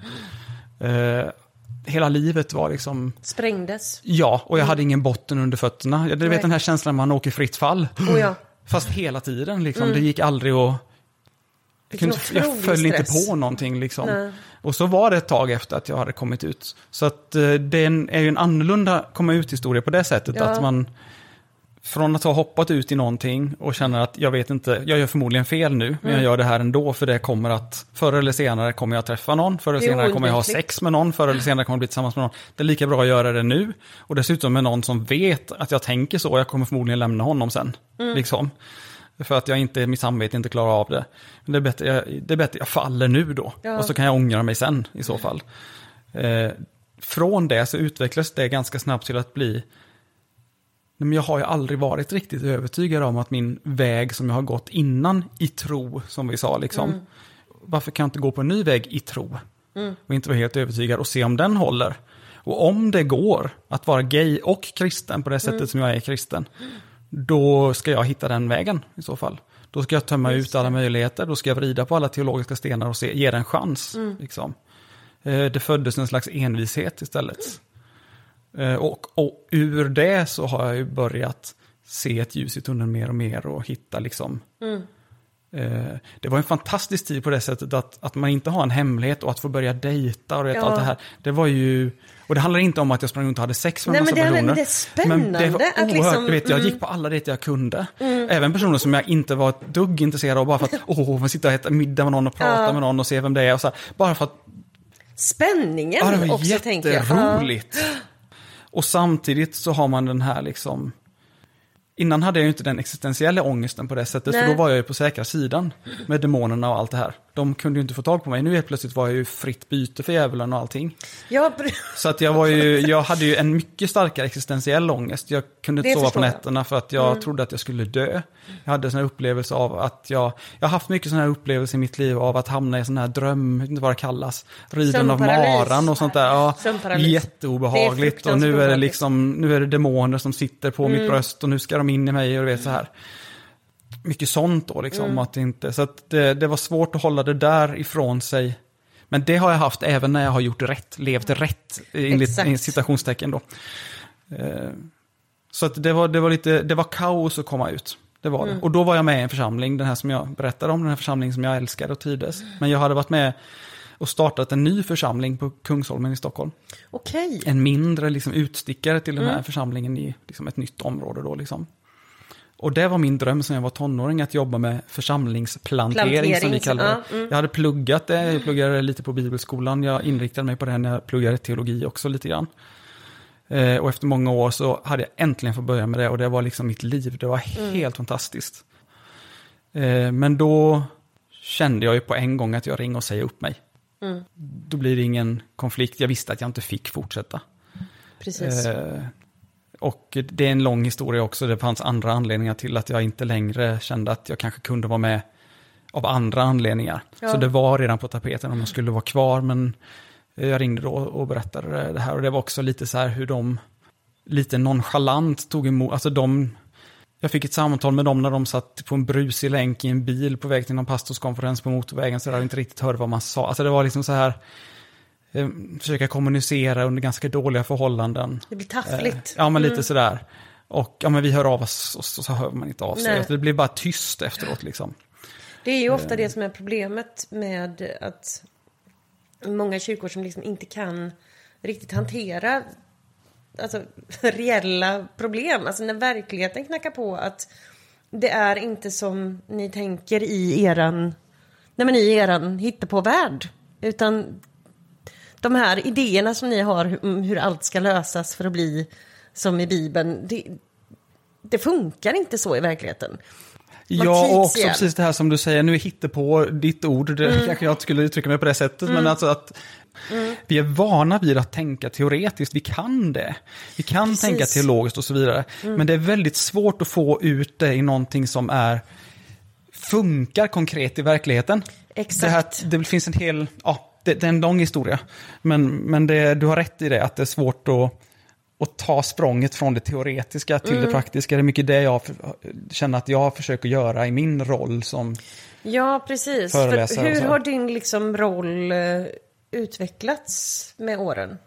Eh, hela livet var liksom... Sprängdes. Ja, och jag hade ingen botten under fötterna. Du vet Nej. den här känslan när man åker fritt fall. Oh, ja. Fast hela tiden liksom. Mm. Det gick aldrig att... Jag, Vilken kunde, jag otrolig föll inte stress. på någonting liksom. Nej. Och så var det ett tag efter att jag hade kommit ut. Så att eh, det är, en, är ju en annorlunda komma ut-historia på det sättet. Ja. Att man från att ha hoppat ut i någonting och känner att jag vet inte, jag gör förmodligen fel nu. Men Mm. jag gör det här ändå för det kommer att, förr eller senare kommer jag träffa någon. Förr eller Det är senare kommer jag ha oundvikligt. sex med någon. Förr eller senare kommer jag bli tillsammans med någon. Det är lika bra att göra det nu. Och dessutom med någon som vet att jag tänker så. Jag kommer förmodligen lämna honom sen. Mm. Liksom. För att jag inte, mitt samvete inte klarar av det. Men det är bättre jag, det är bättre jag faller nu då. Ja. Och så kan jag ångra mig sen i så fall. Eh, från det så utvecklas det ganska snabbt till att bli... Men jag har ju aldrig varit riktigt övertygad om att min väg som jag har gått innan i tro, som vi sa liksom. Mm. Varför kan jag inte gå på en ny väg i tro? Mm. Och inte vara helt övertygad och se om den håller. Och om det går att vara gay och kristen på det sättet Mm. som jag är kristen, då ska jag hitta den vägen i så fall. Då ska jag tömma Just ut alla möjligheter, då ska jag vrida på alla teologiska stenar och se, ge den en chans. Mm. Liksom. Eh, det föddes en slags envishet istället. Eh, och, och ur det så har jag ju börjat se ett ljus i tunneln mer och mer och hitta liksom... Mm. Eh, det var en fantastisk tid på det sättet att, att man inte har en hemlighet och att få börja dejta och vet, Ja. allt det här. Det var ju... Och det handlar inte om att jag sprang runt och hade sex med Nej, en massa men det är- personer. det är spännande Men det var att oerhört, liksom- du vet, jag mm. gick på alla dejter jag kunde. Mm. Även personer som jag inte var ett dugg intresserad av bara för att åh, man sitter och äter middag med någon och pratar Ja. med någon och ser vem det är och så här. Bara för att Spänningen ja, det var också, tänker jag. jätteroligt. Och samtidigt så har man den här liksom... Innan hade jag ju inte den existentiella ångesten på det sättet. Nej. För då var jag ju på säkra sidan med demonerna och allt det här. De kunde ju inte få tag på mig. Nu helt plötsligt var jag ju fritt byte för djävulen och allting. Ja, br- Så att jag var ju, jag hade ju en mycket starkare existentiell ångest. Jag kunde inte Det sova på förstår jag. nätterna för att jag Mm. trodde att jag skulle dö. Jag hade sån här upplevelse av att jag, jag har haft mycket sån här upplevelse i mitt liv av att hamna i sån här dröm, jag vet inte vad det kallas, riden av Sömnparalys. maran och sånt där. Ja, Sömnparalys. Det jätteobehagligt. är Och nu är det fruktansvärt liksom, nu är det demoner som sitter på Mm. mitt bröst och nu ska de in i mig och du vet så här. Mycket sånt då liksom. Mm. Att det inte, så att det, det var svårt att hålla det där ifrån sig. Men det har jag haft även när jag har gjort rätt, levt rätt, enligt Exakt. i citationstecken då. Eh, Så att det var, det var lite, det var kaos att komma ut. Det var det. Mm. Och då var jag med i en församling, den här som jag berättade om, den här församlingen som jag älskade och trivdes. Men jag hade varit med och startat en ny församling på Kungsholmen i Stockholm. Okej. En mindre liksom, utstickare till den här Mm. församlingen i liksom, ett nytt område då liksom. Och det var min dröm som jag var tonåring, att jobba med församlingsplantering som vi Plantering, kallar det. ja, mm. Jag hade pluggat det, jag pluggade lite på bibelskolan, jag inriktade mig på det när jag pluggade teologi också lite grann. Eh, och efter många år så hade jag äntligen fått börja med det och det var liksom mitt liv, det var Mm. helt fantastiskt. Eh, men då kände jag ju på en gång att jag ringer och säger upp mig. Mm. Då blir det ingen konflikt, jag visste att jag inte fick fortsätta. Precis. Eh, och det är en lång historia också. Det fanns andra anledningar till att jag inte längre kände att jag kanske kunde vara med av andra anledningar. Ja. Så det var redan på tapeten om jag skulle vara kvar. Men jag ringde då och berättade det här. Och det var också lite så här hur de lite nonchalant tog emot. Alltså de, jag fick ett samtal med dem när de satt på en brusig länk i en bil på väg till någon pastorskonferens på motorvägen. Så jag inte riktigt hörde vad man sa. Alltså det var liksom så här... eh, försöka kommunicera under ganska dåliga förhållanden. Det blir taffligt. Eh, ja, men lite mm. sådär. Och ja, men vi hör av oss och så, så hör man inte av sig. Nej. Alltså, det blir bara tyst efteråt liksom. Det är ju ofta det som är problemet med att många kyrkor som liksom inte kan riktigt hantera alltså, reella problem. Alltså när verkligheten knackar på att det är inte som ni tänker i eran, nej men i eran hittepåvärld. Utan de här idéerna som ni har om hur allt ska lösas för att bli som i Bibeln, det, det funkar inte så i verkligheten. Ja, och också precis det här som du säger, nu hittar på ditt ord, det mm. kanske jag inte skulle uttrycka mig på det sättet, mm. men alltså att mm. vi är vana vid att tänka teoretiskt, vi kan det. Vi kan precis. tänka teologiskt och så vidare, mm. men det är väldigt svårt att få ut det i någonting som är funkar konkret i verkligheten. Exakt. Det, här, det finns en hel, ja, det, det är en lång historia, men, men det, du har rätt i det, att det är svårt att och ta språnget från det teoretiska till mm. det praktiska. Det är mycket det jag känner att jag försöker göra i min roll som ja, precis. föreläsare. För hur har din liksom roll uh, utvecklats med åren?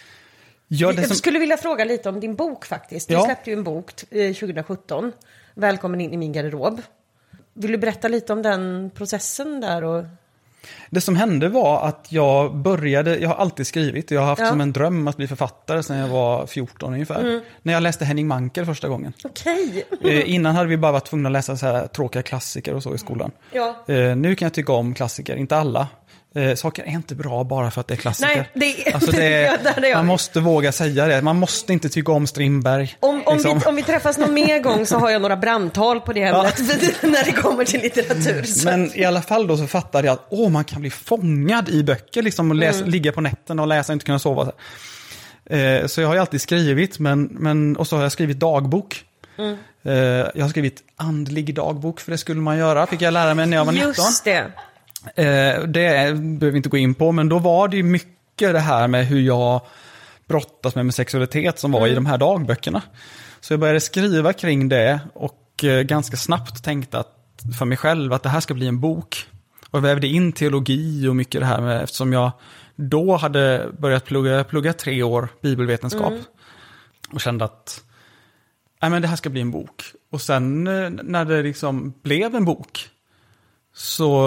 Ja, det jag som... skulle vilja fråga lite om din bok faktiskt. Du ja. släppte ju en bok uh, tjugo sjutton. Välkommen in i min garderob. Vill du berätta lite om den processen där? Och... Det som hände var att jag började, jag har alltid skrivit, jag har haft ja. som en dröm att bli författare sedan jag var fjorton ungefär. Mm. När jag läste Henning Mankell första gången. Okej. Okay. eh, innan hade vi bara varit tvungna att läsa så här tråkiga klassiker och så i skolan. Ja. Eh, nu kan jag tycka om klassiker, inte alla. Eh, saker är inte bra bara för att det är klassiker. Nej, det, alltså det är, ja, det är man måste våga säga det. Man måste inte tycka om Strindberg. Om, om, liksom. vi, om vi träffas någon mer gång så har jag några brandtal på det ämnet ja. när det kommer till litteratur. Så. Men i alla fall då så fattade jag att åh, man kan bli fångad i böcker liksom, och läsa, mm. ligga på nätterna och läsa och inte kunna sova. Eh, så jag har ju alltid skrivit, men, men, och så har jag skrivit dagbok. Mm. Eh, jag har skrivit andlig dagbok, för det skulle man göra, fick jag lära mig när jag var nitton. Just det. Eh, det behöver vi inte gå in på, men då var det ju mycket det här med hur jag brottas med, med sexualitet som var mm. i de här dagböckerna. Så jag började skriva kring det och eh, ganska snabbt tänkte att, för mig själv att det här ska bli en bok. Och jag vävde in teologi och mycket det här med, eftersom jag då hade börjat plugga, plugga tre år bibelvetenskap mm. och kände att nej, men det här ska bli en bok. Och sen när det liksom blev en bok så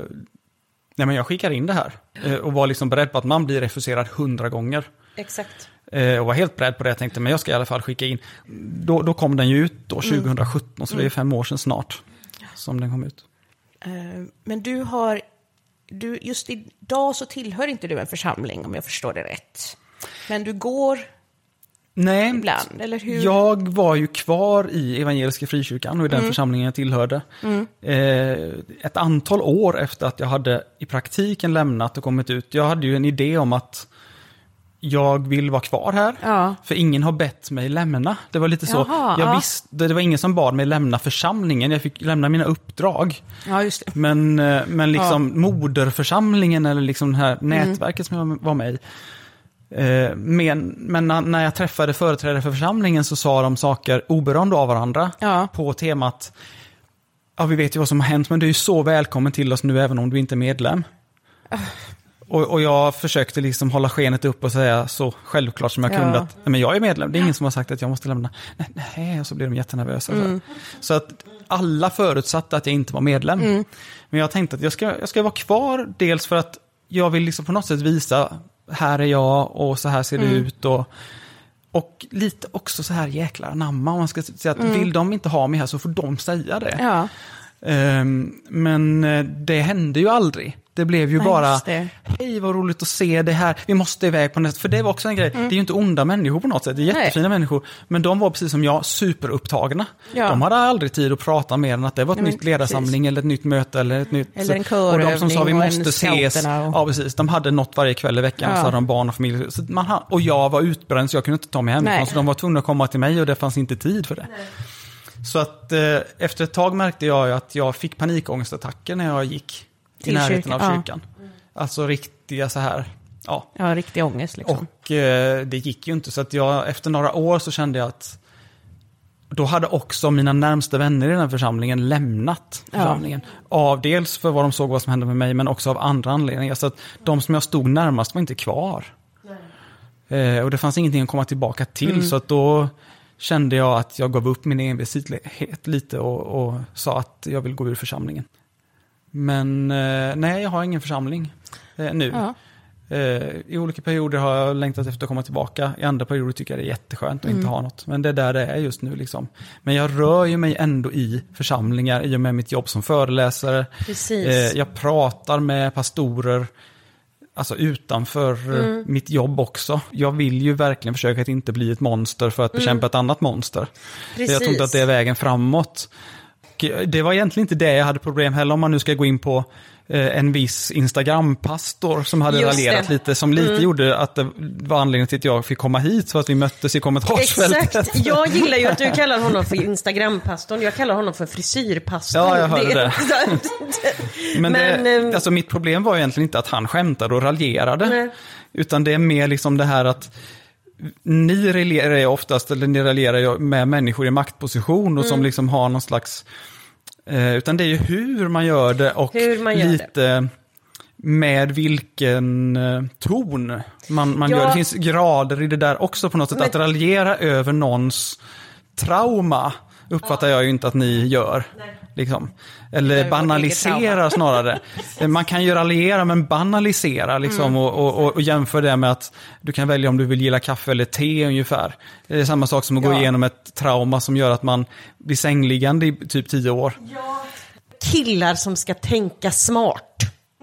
nej, men jag skickade in det här och var liksom beredd på att man blir refuserad hundra gånger. Exakt. Och var helt beredd på det. Jag tänkte, men jag ska i alla fall skicka in. Då, då kom den ju ut då, tjugo sjutton, mm. så det är fem år sedan snart som den kom ut. Men du har, du, just idag så tillhör inte du en församling, om jag förstår det rätt. Men du går Nej, ibland, eller hur? Jag var ju kvar i Evangeliska Frikyrkan och i den mm. församlingen jag tillhörde. Mm. Eh, ett antal år efter att jag hade i praktiken lämnat och kommit ut. Jag hade ju en idé om att jag vill vara kvar här. Ja. För ingen har bett mig lämna. Det var lite så. Jaha, jag ja. visste, det var ingen som bad mig lämna församlingen. Jag fick lämna mina uppdrag. Ja, just det. Men, men liksom ja. moderförsamlingen eller liksom det här nätverket mm. som jag var med i. Men, men när jag träffade företrädare för församlingen så sa de saker oberoende av varandra ja. på temat ja, vi vet ju vad som har hänt, men du är ju så välkommen till oss nu även om du inte är medlem. Uh. Och, och jag försökte liksom hålla skenet upp och säga så självklart som jag ja. kunde att men jag är medlem, det är ingen som har sagt att jag måste lämna. Nej, nej och så blev de jättenervösa. Mm. Så att alla förutsatte att jag inte var medlem. Mm. Men jag tänkte att jag ska, jag ska vara kvar, dels för att jag vill liksom på något sätt visa här är jag och så här ser det mm. ut och, och lite också så här jäkla anamma, om man ska säga att mm. vill de inte ha mig här så får de säga det. Ja. Um, men det hände ju aldrig. Det blev ju Nej, bara hej vad roligt att se det här. Vi måste iväg på nätet. För det var också en grej. Mm. Det är ju inte onda människor på något sätt. Det är jättefina Nej. människor. Men de var precis som jag superupptagna. Ja. De hade aldrig tid att prata mer än att det var ett Nej, nytt ledarsamling eller ett nytt möte eller ett nytt. Eller en körövning. Och de som sa vi måste ses. Och... Ja precis. De hade något varje kväll i veckan. Ja. Så hade de barn och familj. Så man ha... Och jag var utbränd så jag kunde inte ta mig hemifrån. Så de var tvungna att komma till mig och det fanns inte tid för det. Nej. Så att eh, efter ett tag märkte jag att jag fick panikångestattacker när jag gick i närheten av kyrkan. Ja. Alltså riktiga så här, ja. Ja, riktig ångest liksom. Och eh, det gick ju inte, så att jag efter några år så kände jag att då hade också mina närmsta vänner i den här församlingen lämnat församlingen. Ja. Av dels för vad de såg vad som hände med mig, men också av andra anledningar. Så att de som jag stod närmast var inte kvar. Eh, och det fanns ingenting att komma tillbaka till. Mm. Så att då kände jag att jag gav upp min envishet lite och, och sa att jag vill gå ur församlingen. Men eh, nej, jag har ingen församling eh, nu. Ja. Eh, I olika perioder har jag längtat efter att komma tillbaka. I andra perioder tycker jag det är jätteskönt att mm. inte ha något. Men det är där det är just nu. Liksom. Men jag rör ju mig ändå i församlingar i och med mitt jobb som föreläsare. Precis. Eh, jag pratar med pastorer alltså utanför mm. mitt jobb också. Jag vill ju verkligen försöka att inte bli ett monster för att bekämpa mm. ett annat monster. Precis. Jag tror inte att det är vägen framåt. Det var egentligen inte det jag hade problem heller om man nu ska gå in på eh, en viss Instagram-pastor som hade Just raljerat det. lite, som lite mm. gjorde att det var anledningen till att jag fick komma hit så att vi möttes i kommentarsfältet. Exakt, jag gillar ju att du kallar honom för Instagram-pastorn, jag kallar honom för frisyrpastorn. Ja, jag hörde det. det. Men, Men det, ähm... alltså mitt problem var egentligen inte att han skämtade och raljerade, nej. Utan det är mer liksom det här att ni raljerar ju oftast, eller ni raljerar ju med människor i maktposition och mm. som liksom har någon slags, eh, utan det är ju hur man gör det och man gör lite det. Med vilken eh, ton man, man ja. gör. Det finns grader i det där också på något sätt. Men... att raljera över någons trauma uppfattar ja. jag ju inte att ni gör. Nej. Liksom. Eller banalisera snarare. Man kan ju raljera men banalisera liksom, mm. och, och, och jämföra det med att du kan välja om du vill gilla kaffe eller te ungefär. Det är samma sak som att ja. gå igenom ett trauma som gör att man blir sängliggande i typ tio år. Ja. Killar som ska tänka smart.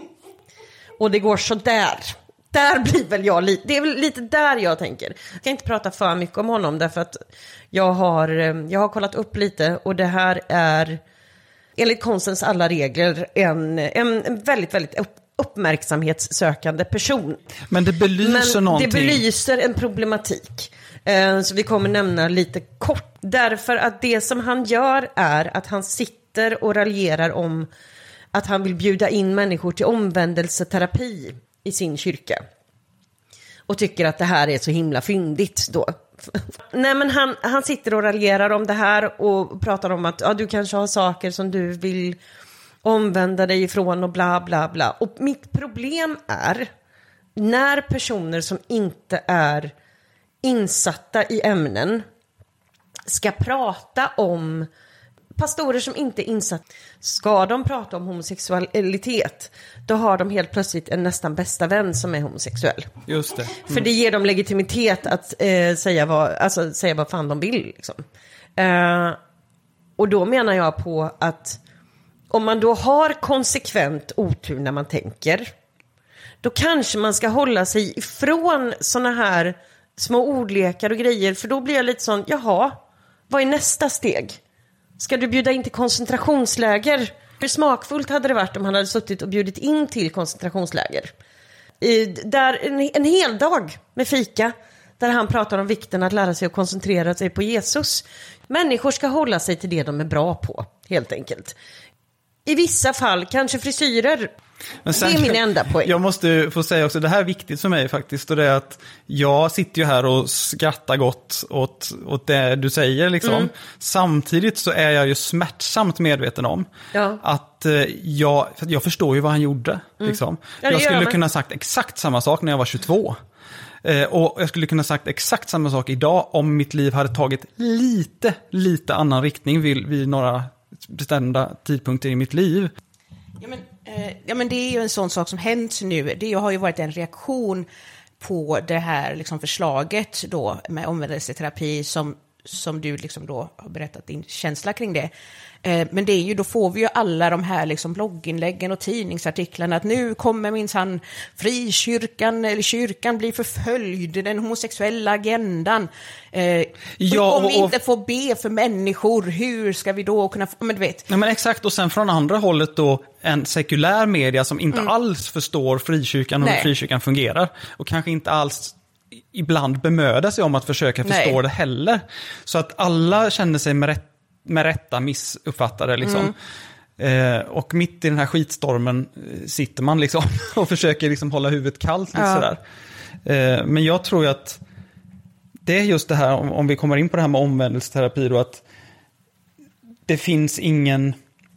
Och det går så där. Där blir väl jag lite, det är väl lite där jag tänker. Jag kan inte prata för mycket om honom därför att jag har, jag har kollat upp lite och det här är enligt konstens alla regler en, en, en väldigt, väldigt upp, uppmärksamhetssökande person. Men det belyser Men någonting. Det belyser en problematik. Eh, så vi kommer nämna lite kort. Därför att det som han gör är att han sitter och raljerar om att han vill bjuda in människor till omvändelseterapi i sin kyrka. Och tycker att det här är så himla fyndigt då. Nej, men han, han sitter och raljerar om det här och pratar om att ja, du kanske har saker som du vill omvända dig ifrån och bla bla bla. Och mitt problem är när personer som inte är insatta i ämnen ska prata om, pastorer som inte är insatt, ska de prata om homosexualitet, då har de helt plötsligt en nästan bästa vän som är homosexuell. Just det. Mm. För det ger dem legitimitet att eh, säga, vad, alltså, säga vad fan de vill. Liksom. Eh, och då menar jag på att om man då har konsekvent otur när man tänker, då kanske man ska hålla sig ifrån såna här små ordlekar och grejer. För då blir jag lite sån, jaha, vad är nästa steg? Ska du bjuda in till koncentrationsläger? Hur smakfullt hade det varit om han hade suttit och bjudit in till koncentrationsläger? I, där en, en hel dag med fika, där han pratar om vikten att lära sig att koncentrera sig på Jesus. Människor ska hålla sig till det de är bra på, helt enkelt. I vissa fall, kanske frisyrer. Men sen, det är min enda poäng. Jag måste få säga också, det här är viktigt för mig faktiskt. Och det är att jag sitter ju här och skrattar gott åt, åt det du säger. Liksom. Mm. Samtidigt så är jag ju smärtsamt medveten om ja. att eh, jag, jag förstår ju vad han gjorde. Mm. Liksom. Ja, jag skulle kunna sagt exakt samma sak när jag var tjugotvå. Eh, och jag skulle kunna sagt exakt samma sak idag om mitt liv hade tagit lite, lite annan riktning vid, vid några bestämda tidpunkter i mitt liv. Ja men, eh, ja, men det är ju en sån sak som hänt nu. Det har ju varit en reaktion på det här liksom, förslaget då, med omvändelseterapi som, som du liksom då har berättat din känsla kring det. Eh, men det är ju, då får vi ju alla de här liksom, blogginläggen och tidningsartiklarna att nu kommer minsann frikyrkan eller kyrkan blir förföljd, den homosexuella agendan. Eh, ja, om och, vi inte får be för människor, hur ska vi då kunna få, men du vet. Ja, men exakt, och sen från andra hållet då en sekulär media som inte mm. alls förstår frikyrkan och hur frikyrkan fungerar och kanske inte alls ibland bemöda sig om att försöka förstå Nej. det heller. Så att alla känner sig med, rätt, med rätta missuppfattade liksom. Mm. Eh, och mitt i den här skitstormen sitter man liksom och försöker liksom hålla huvudet kallt lite ja. sådär. Eh, men jag tror ju att det är just det här, om, om vi kommer in på det här med omvändelseterapi då, att det finns ingen...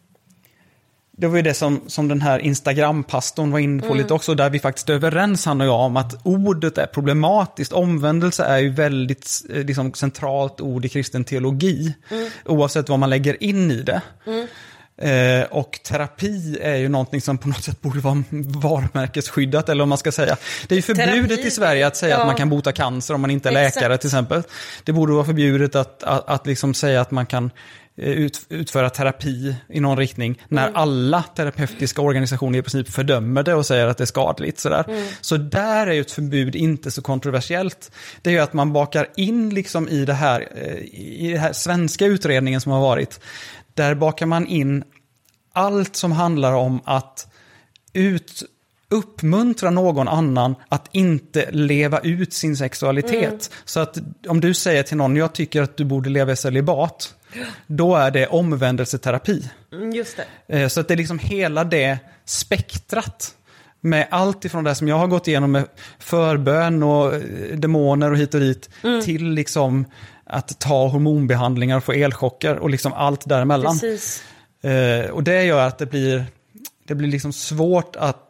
Det var ju det som, som den här Instagram-pastorn var inne på mm. lite också, där vi faktiskt är överens, han och jag, om att ordet är problematiskt. Omvändelse är ju väldigt liksom, centralt ord i kristen teologi, mm. oavsett vad man lägger in i det. Mm. Eh, och terapi är ju någonting som på något sätt borde vara varumärkesskyddat, eller om man ska säga. Det är ju förbjudet terapi i Sverige att säga ja. att man kan bota cancer om man inte är Exakt. läkare till exempel. Det borde vara förbjudet att, att, att liksom säga att man kan Ut, utföra terapi i någon riktning när mm. alla terapeutiska organisationer i princip fördömer det och säger att det är skadligt. Sådär. Mm. Så där är ju ett förbud inte så kontroversiellt. Det är ju att man bakar in liksom i det här i det här svenska utredningen som har varit. Där bakar man in allt som handlar om att ut uppmuntra någon annan att inte leva ut sin sexualitet. Mm. Så att om du säger till någon, jag tycker att du borde leva i celibat, då är det omvändelseterapi. Mm, just det. Så att det är liksom hela det spektrat med allt ifrån det som jag har gått igenom med förbön och demoner och hit och dit mm. till liksom att ta hormonbehandlingar och få elchocker och liksom allt däremellan. Precis. Och det gör att det blir, det blir liksom svårt att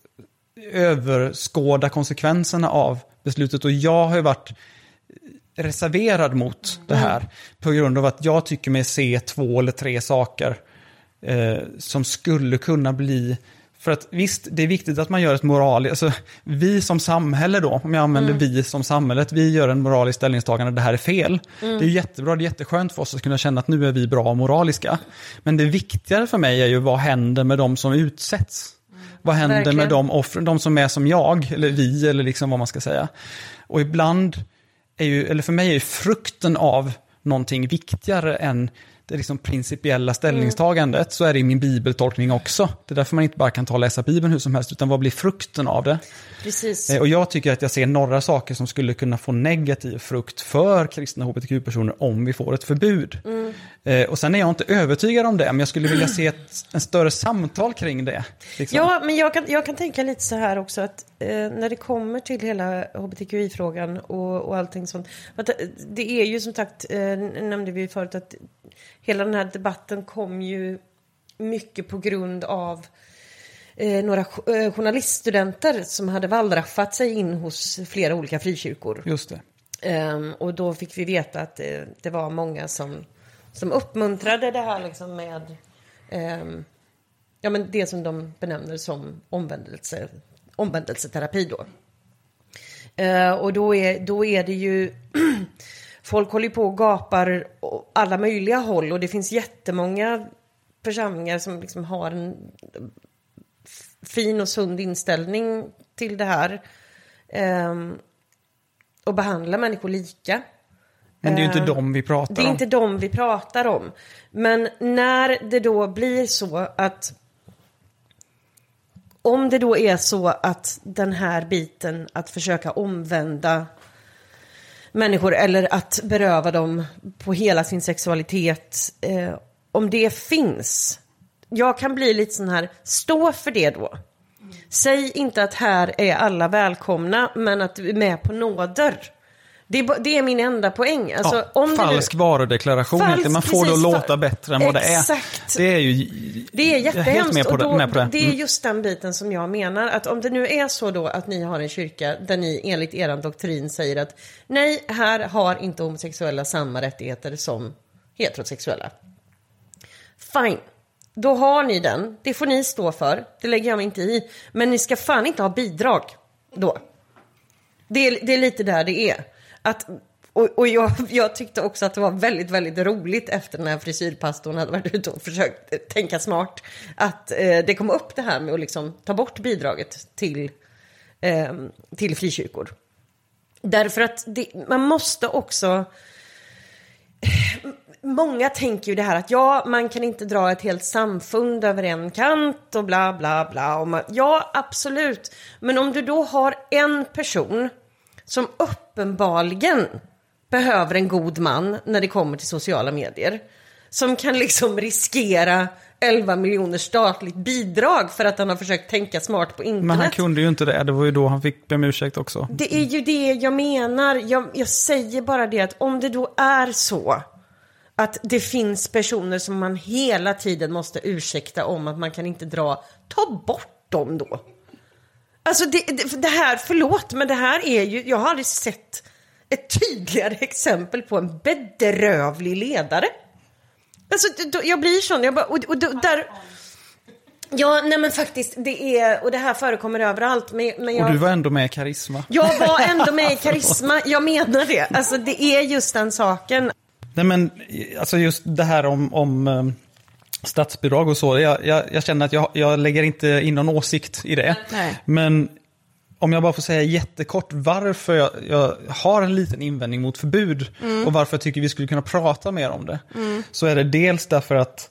överskåda konsekvenserna av beslutet, och jag har ju varit reserverad mot det här mm. på grund av att jag tycker mig se två eller tre saker eh, som skulle kunna bli, för att visst, det är viktigt att man gör ett moraliskt, alltså vi som samhälle då, om jag använder mm. vi som samhället, vi gör en moralisk ställningstagande, det här är fel. Mm. Det är jättebra, det är jätteskönt för oss att kunna känna att nu är vi bra och moraliska. Men det viktigare för mig är ju vad händer med de som utsätts. Vad händer Verkligen. med de offren, de som är som jag, eller vi, eller liksom vad man ska säga. Och ibland är ju, eller för mig är ju frukten av någonting viktigare än det liksom principiella ställningstagandet. Mm. Så är det i min bibeltolkning också. Det är därför man inte bara kan ta och läsa Bibeln hur som helst, utan vad blir frukten av det? Precis. Och jag tycker att jag ser några saker som skulle kunna få negativ frukt för kristna H B T Q-personer om vi får ett förbud. Mm. Och sen är jag inte övertygad om det, men jag skulle vilja se ett en större samtal kring det. Liksom. Ja, men jag kan, jag kan tänka lite så här också, att eh, när det kommer till hela H B T Q I-frågan och, och allting sånt, att det är ju som sagt, eh, nämnde vi förut, att hela den här debatten kom ju mycket på grund av eh, några eh, journaliststudenter som hade wallraffat sig in hos flera olika frikyrkor. Just det. Eh, och då fick vi veta att eh, det var många som, som uppmuntrade det här liksom med eh, ja, men det som de benämner som omvändelse, omvändelseterapi då. Eh, och då är, då är det ju... Folk håller på och gapar alla möjliga håll, och det finns jättemånga församlingar som liksom har en fin och sund inställning till det här um, och behandlar människor lika. Men det är ju inte um, dem vi pratar om. Det är inte dem vi pratar om. Men när det då blir så att, om det då är så att den här biten att försöka omvända människor eller att beröva dem på hela sin sexualitet, eh, om det finns, jag kan bli lite sån här, stå för det då. Mm. Säg inte att här är alla välkomna, men att du är med på nåder. Det är, det är min enda poäng. Alltså, ja, om falsk nu, varudeklaration. Falsk, man får precis, det att låta bättre än vad exakt. det är. Det är ju det är jättehemskt. Med på det, och då, med på det. det är just den biten som jag menar. Att om det nu är så då att ni har en kyrka där ni enligt er doktrin säger att nej, här har inte homosexuella samma rättigheter som heterosexuella. Fine. Då har ni den. Det får ni stå för. Det lägger jag mig inte i. Men ni ska fan inte ha bidrag då. Det är, det är lite där det är. Att... Och, och jag, jag tyckte också att det var väldigt, väldigt roligt efter den här frisyrpastorn hade varit ute och försökt tänka smart. Att eh, det kom upp det här med att liksom ta bort bidraget till, eh, till frikyrkor. Därför att det, man måste också... Många tänker ju det här att ja, man kan inte dra ett helt samfund över en kant och bla bla bla. Och man, ja, absolut. Men om du då har en person som uppenbarligen behöver en god man när det kommer till sociala medier, som kan liksom riskera elva miljoner statligt bidrag för att han har försökt tänka smart på internet. Men han kunde ju inte det, det var ju då han fick be om ursäkt också. Det är ju det jag menar. Jag, jag säger bara det att om det då är så att det finns personer som man hela tiden måste ursäkta om att man kan inte dra, ta bort dem då. Alltså det, det, det här, förlåt, men det här är ju, jag har aldrig sett ett tydligare exempel på en bedrövlig ledare. Alltså då, jag blir sån, jag bara, och, och då, där... Ja, nej men faktiskt, det är, och det här förekommer överallt. Men, men jag, och du var ändå med i Karisma. Jag var ändå med i Karisma, jag menar det. Alltså det är just den saken. Nej men, alltså just det här om, om um, statsbidrag och så. Jag, jag, jag känner att jag, jag lägger inte in någon åsikt i det. Nej. Men om jag bara får säga jättekort varför jag, jag har en liten invändning mot förbud mm. och varför jag tycker vi skulle kunna prata mer om det. Mm. Så är det dels därför att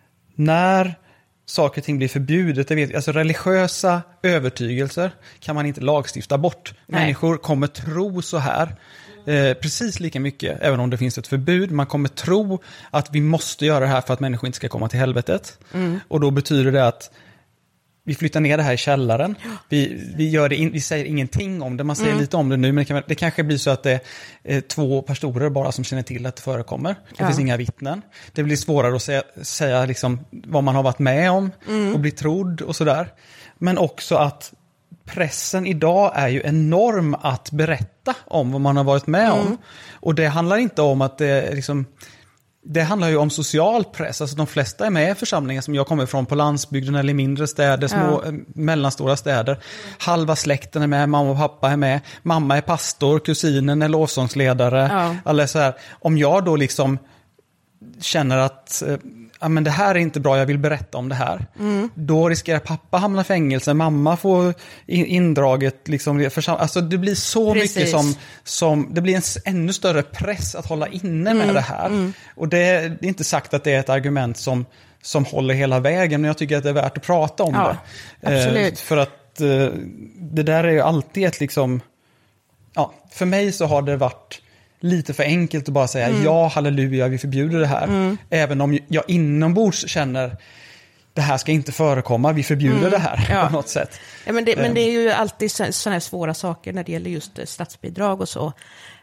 när saker och ting blir förbjudet, jag vet, alltså religiösa övertygelser kan man inte lagstifta bort. Nej. Människor kommer tro så här eh, precis lika mycket, även om det finns ett förbud. Man kommer tro att vi måste göra det här för att människor inte ska komma till helvetet. Mm. Och då betyder det att vi flyttar ner det här i källaren. Vi, vi, gör det in, vi säger ingenting om det. Man säger mm. lite om det nu. Men det, kan, det kanske blir så att det är två pastorer bara som känner till att det förekommer. Det ja. finns inga vittnen. Det blir svårare att säga, säga liksom vad man har varit med om. Mm. Och bli trodd och sådär. Men också att pressen idag är ju enorm att berätta om vad man har varit med mm. om. Och det handlar inte om att det liksom... Det handlar ju om social press. Alltså de flesta är med i församlingar som jag kommer från på landsbygden eller mindre städer, små, ja. mellanstora städer. Halva släkten är med, mamma och pappa är med. Mamma är pastor, kusinen är lovsångsledare. Ja. Alla så här. Om jag då liksom känner att ja, men det här är inte bra, jag vill berätta om det här. Mm. Då riskerar pappa hamna i fängelse, mamma får indraget. Liksom, alltså det blir så Precis. mycket som, som, det blir en ännu större press att hålla inne mm. med det här. Mm. Och det är, det är inte sagt att det är ett argument som, som håller hela vägen, men jag tycker att det är värt att prata om ja, det. Absolut. Eh, för att eh, det där är ju alltid ett liksom, ja, för mig så har det varit lite för enkelt att bara säga mm. ja, halleluja, vi förbjuder det här. Mm. Även om jag inombords känner det här ska inte förekomma, vi förbjuder mm. det här ja. på något sätt. Ja, men, det, men det är ju alltid sådana här svåra saker när det gäller just statsbidrag och så.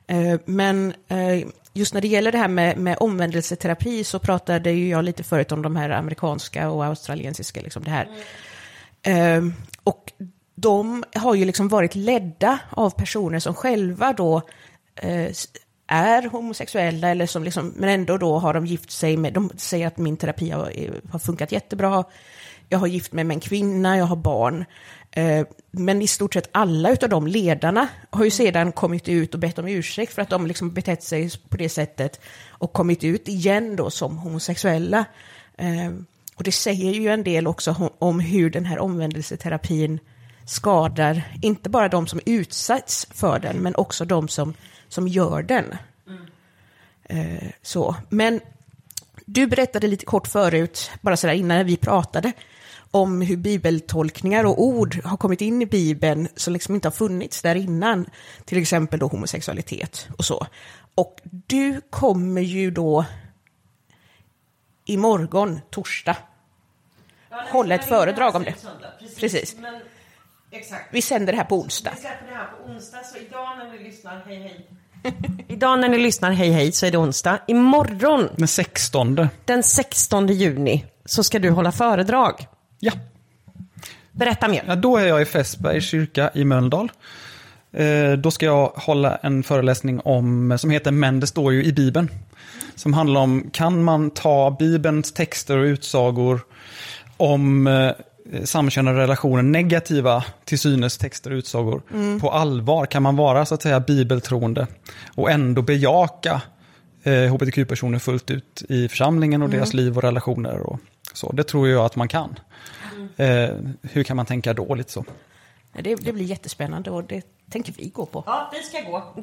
Men just när det gäller det här med, med omvändelseterapi så pratade ju jag lite förut om de här amerikanska och australiensiska, liksom det här. Mm. Och de har ju liksom varit ledda av personer som själva då är homosexuella eller som liksom, men ändå då har de gift sig med, de säger att min terapi har, har funkat jättebra, jag har gift mig med en kvinna, jag har barn, eh, men i stort sett alla utav de ledarna har ju sedan kommit ut och bett om ursäkt för att de liksom betett sig på det sättet och kommit ut igen då som homosexuella. Eh, och det säger ju en del också om hur den här omvändelseterapin skadar inte bara de som utsätts för den men också de som som gör den. Mm. Eh, så. Men du berättade lite kort förut, bara sådär innan vi pratade, om hur bibeltolkningar och ord har kommit in i Bibeln som liksom inte har funnits där innan. Till exempel då homosexualitet och så. Och du kommer ju då imorgon, torsdag, ja, hålla ett föredrag om det. Precis. Precis. Men, exakt. Vi sänder det här på onsdag. Vi släpper det här på onsdag, så idag när ni lyssnar, hej hej. Idag när ni lyssnar, hej hej, så är det onsdag. Imorgon, den sextonde. Den sextonde juni, så ska du hålla föredrag. Ja. Berätta mer. Ja, då är jag i Fässbergs kyrka i Mölndal. Eh, då ska jag hålla en föreläsning om, som heter Men det står ju i Bibeln. Som handlar om, kan man ta Bibelns texter och utsagor om eh, samkönade relationer, negativa till synes texter och utsagor mm. på allvar? Kan man vara så att säga bibeltroende och ändå bejaka eh, H B T Q-personer fullt ut i församlingen och mm. deras liv och relationer och så? Det tror jag att man kan. Mm. Eh, hur kan man tänka då lite så? Det, det blir jättespännande och det tänker vi gå på. Ja, vi ska gå.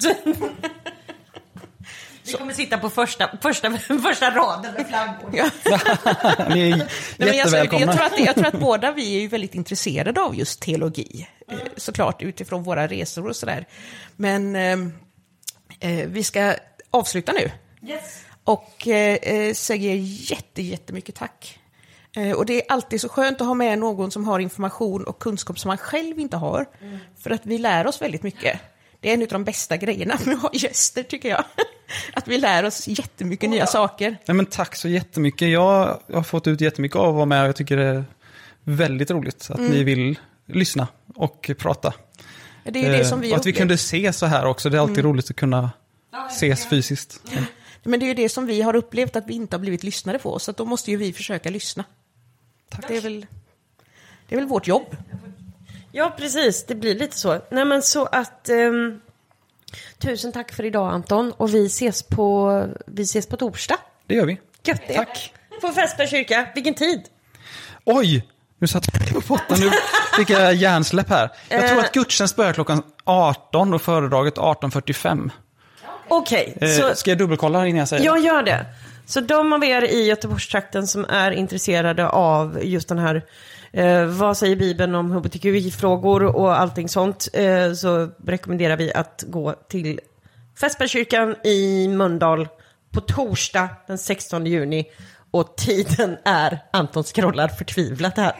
Vi kommer sitta på första, första, första raden med flaggor. Ja. Ni är Nej, men jättevälkomna. Jag, jag, tror att, jag tror att båda vi är ju väldigt intresserade av just teologi. Mm. Såklart utifrån våra resor och sådär. Men eh, vi ska avsluta nu. Yes. Och eh, säger jätte, jättemycket tack. Eh, och det är alltid så skönt att ha med någon som har information och kunskap som man själv inte har. Mm. För att vi lär oss väldigt mycket. det är en av de bästa grejerna med att ha gäster, tycker jag. Att vi lär oss jättemycket nya saker. Nej, men tack så jättemycket. Jag har fått ut jättemycket av att vara med. Jag tycker det är väldigt roligt att mm. ni vill lyssna och prata. Det är ju det som vi och att vi kunde se så här också. Det är alltid mm. roligt att kunna ses fysiskt. Ja. Men det är ju det som vi har upplevt att vi inte har blivit lyssnade på. Så att då måste ju vi försöka lyssna. Tack. Det är väl, det är väl vårt jobb. Ja, precis. Det blir lite så. Nej, men så att... Um, tusen tack för idag, Anton. Och vi ses på, vi ses på torsdag. Det gör vi. Gött det. Tack. På Fässbergs kyrka. Vilken tid? Oj! Nu satt jag på botten. Nu fick jag hjärnsläpp här. Jag tror att gudstjänst börjar klockan arton och föredraget arton fyrtiofem. Okej. Okay, så... eh, ska jag dubbelkolla innan jag säger? Jag gör det. Så de av er i Göteborgstrakten som är intresserade av just den här eh, vad säger Bibeln om hbtqi-frågor och allting sånt, eh, så rekommenderar vi att gå till Fässbergskyrkan i Mölndal på torsdag den sextonde juni. Och tiden är, Anton scrollar förtvivlat här.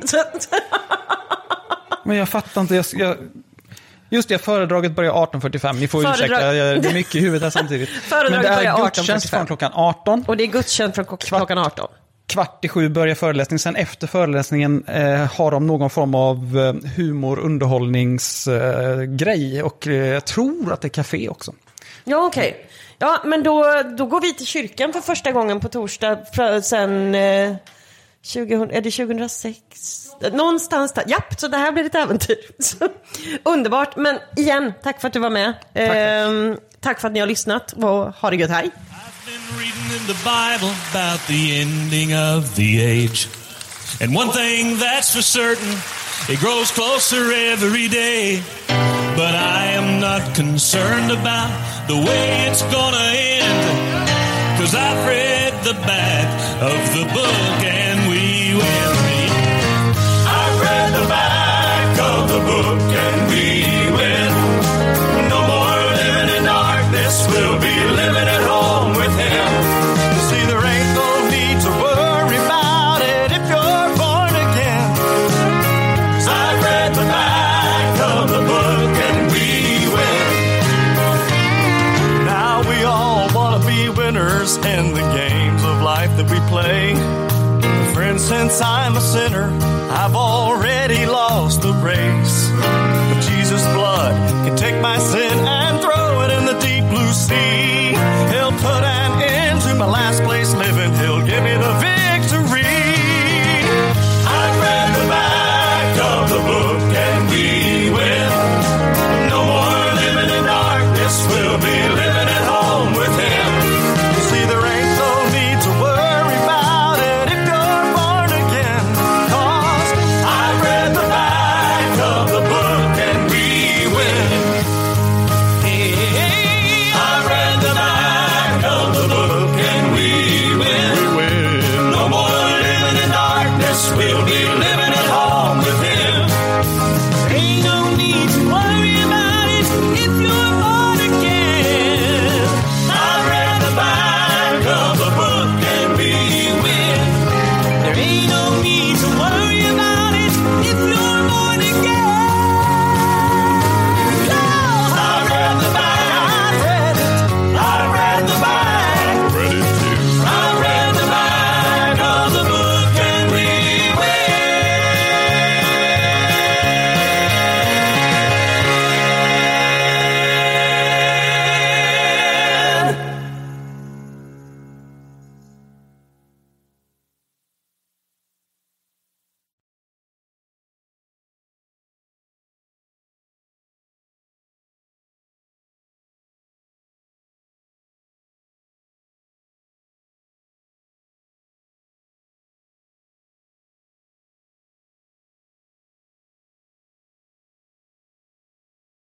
Men jag fattar inte, jag, jag, just det, föredraget börjar arton fyrtiofem. Ni får Föredrag... ursäkta, jag, det är mycket i huvudet här samtidigt. Men det är gudstjänst från klockan arton. Och det är gudstjänst från klockan arton. Kvart i sju börjar föreläsningen. Sen efter föreläsningen eh, har de någon form av eh, humor, underhållningsgrej. Eh, och eh, jag tror att det är café också. Ja, okej. Okay. Ja, men då, då går vi till kyrkan för första gången på torsdag sen eh, tjugo, är det tjugohundrasex? Någonstans där. Japp, så det här blir ett äventyr. Så, underbart, men igen, tack för att du var med. Tack, eh, tack för att ni har lyssnat och ha det gött, hej. I've been reading in the Bible about the ending of the age. And one thing that's for certain, it grows closer every day. But I am not concerned about the way it's gonna end, 'cause I've read the back of the book and we will read. I've read the back of the book and we will. No more living in darkness, we'll be living at home with him. You see, there ain't no need to worry about it if you're born again. 'Cause I've read the back of the book and we will. Now we all want to be winners in the games of life that we play. Friends, since I'm a sinner, I've already lost the race. But Jesus' blood can take my sin and throw it in the deep blue sea. He'll put an end to my last place living. He'll give me the victory. I've read the back of the book and we will. No more living in darkness, we'll be living at home with him. You see, there ain't no need to worry about it if you're born again. 'Cause I've read the back of the book and we will. I've read the back of the book and we will. No more living in darkness, we'll be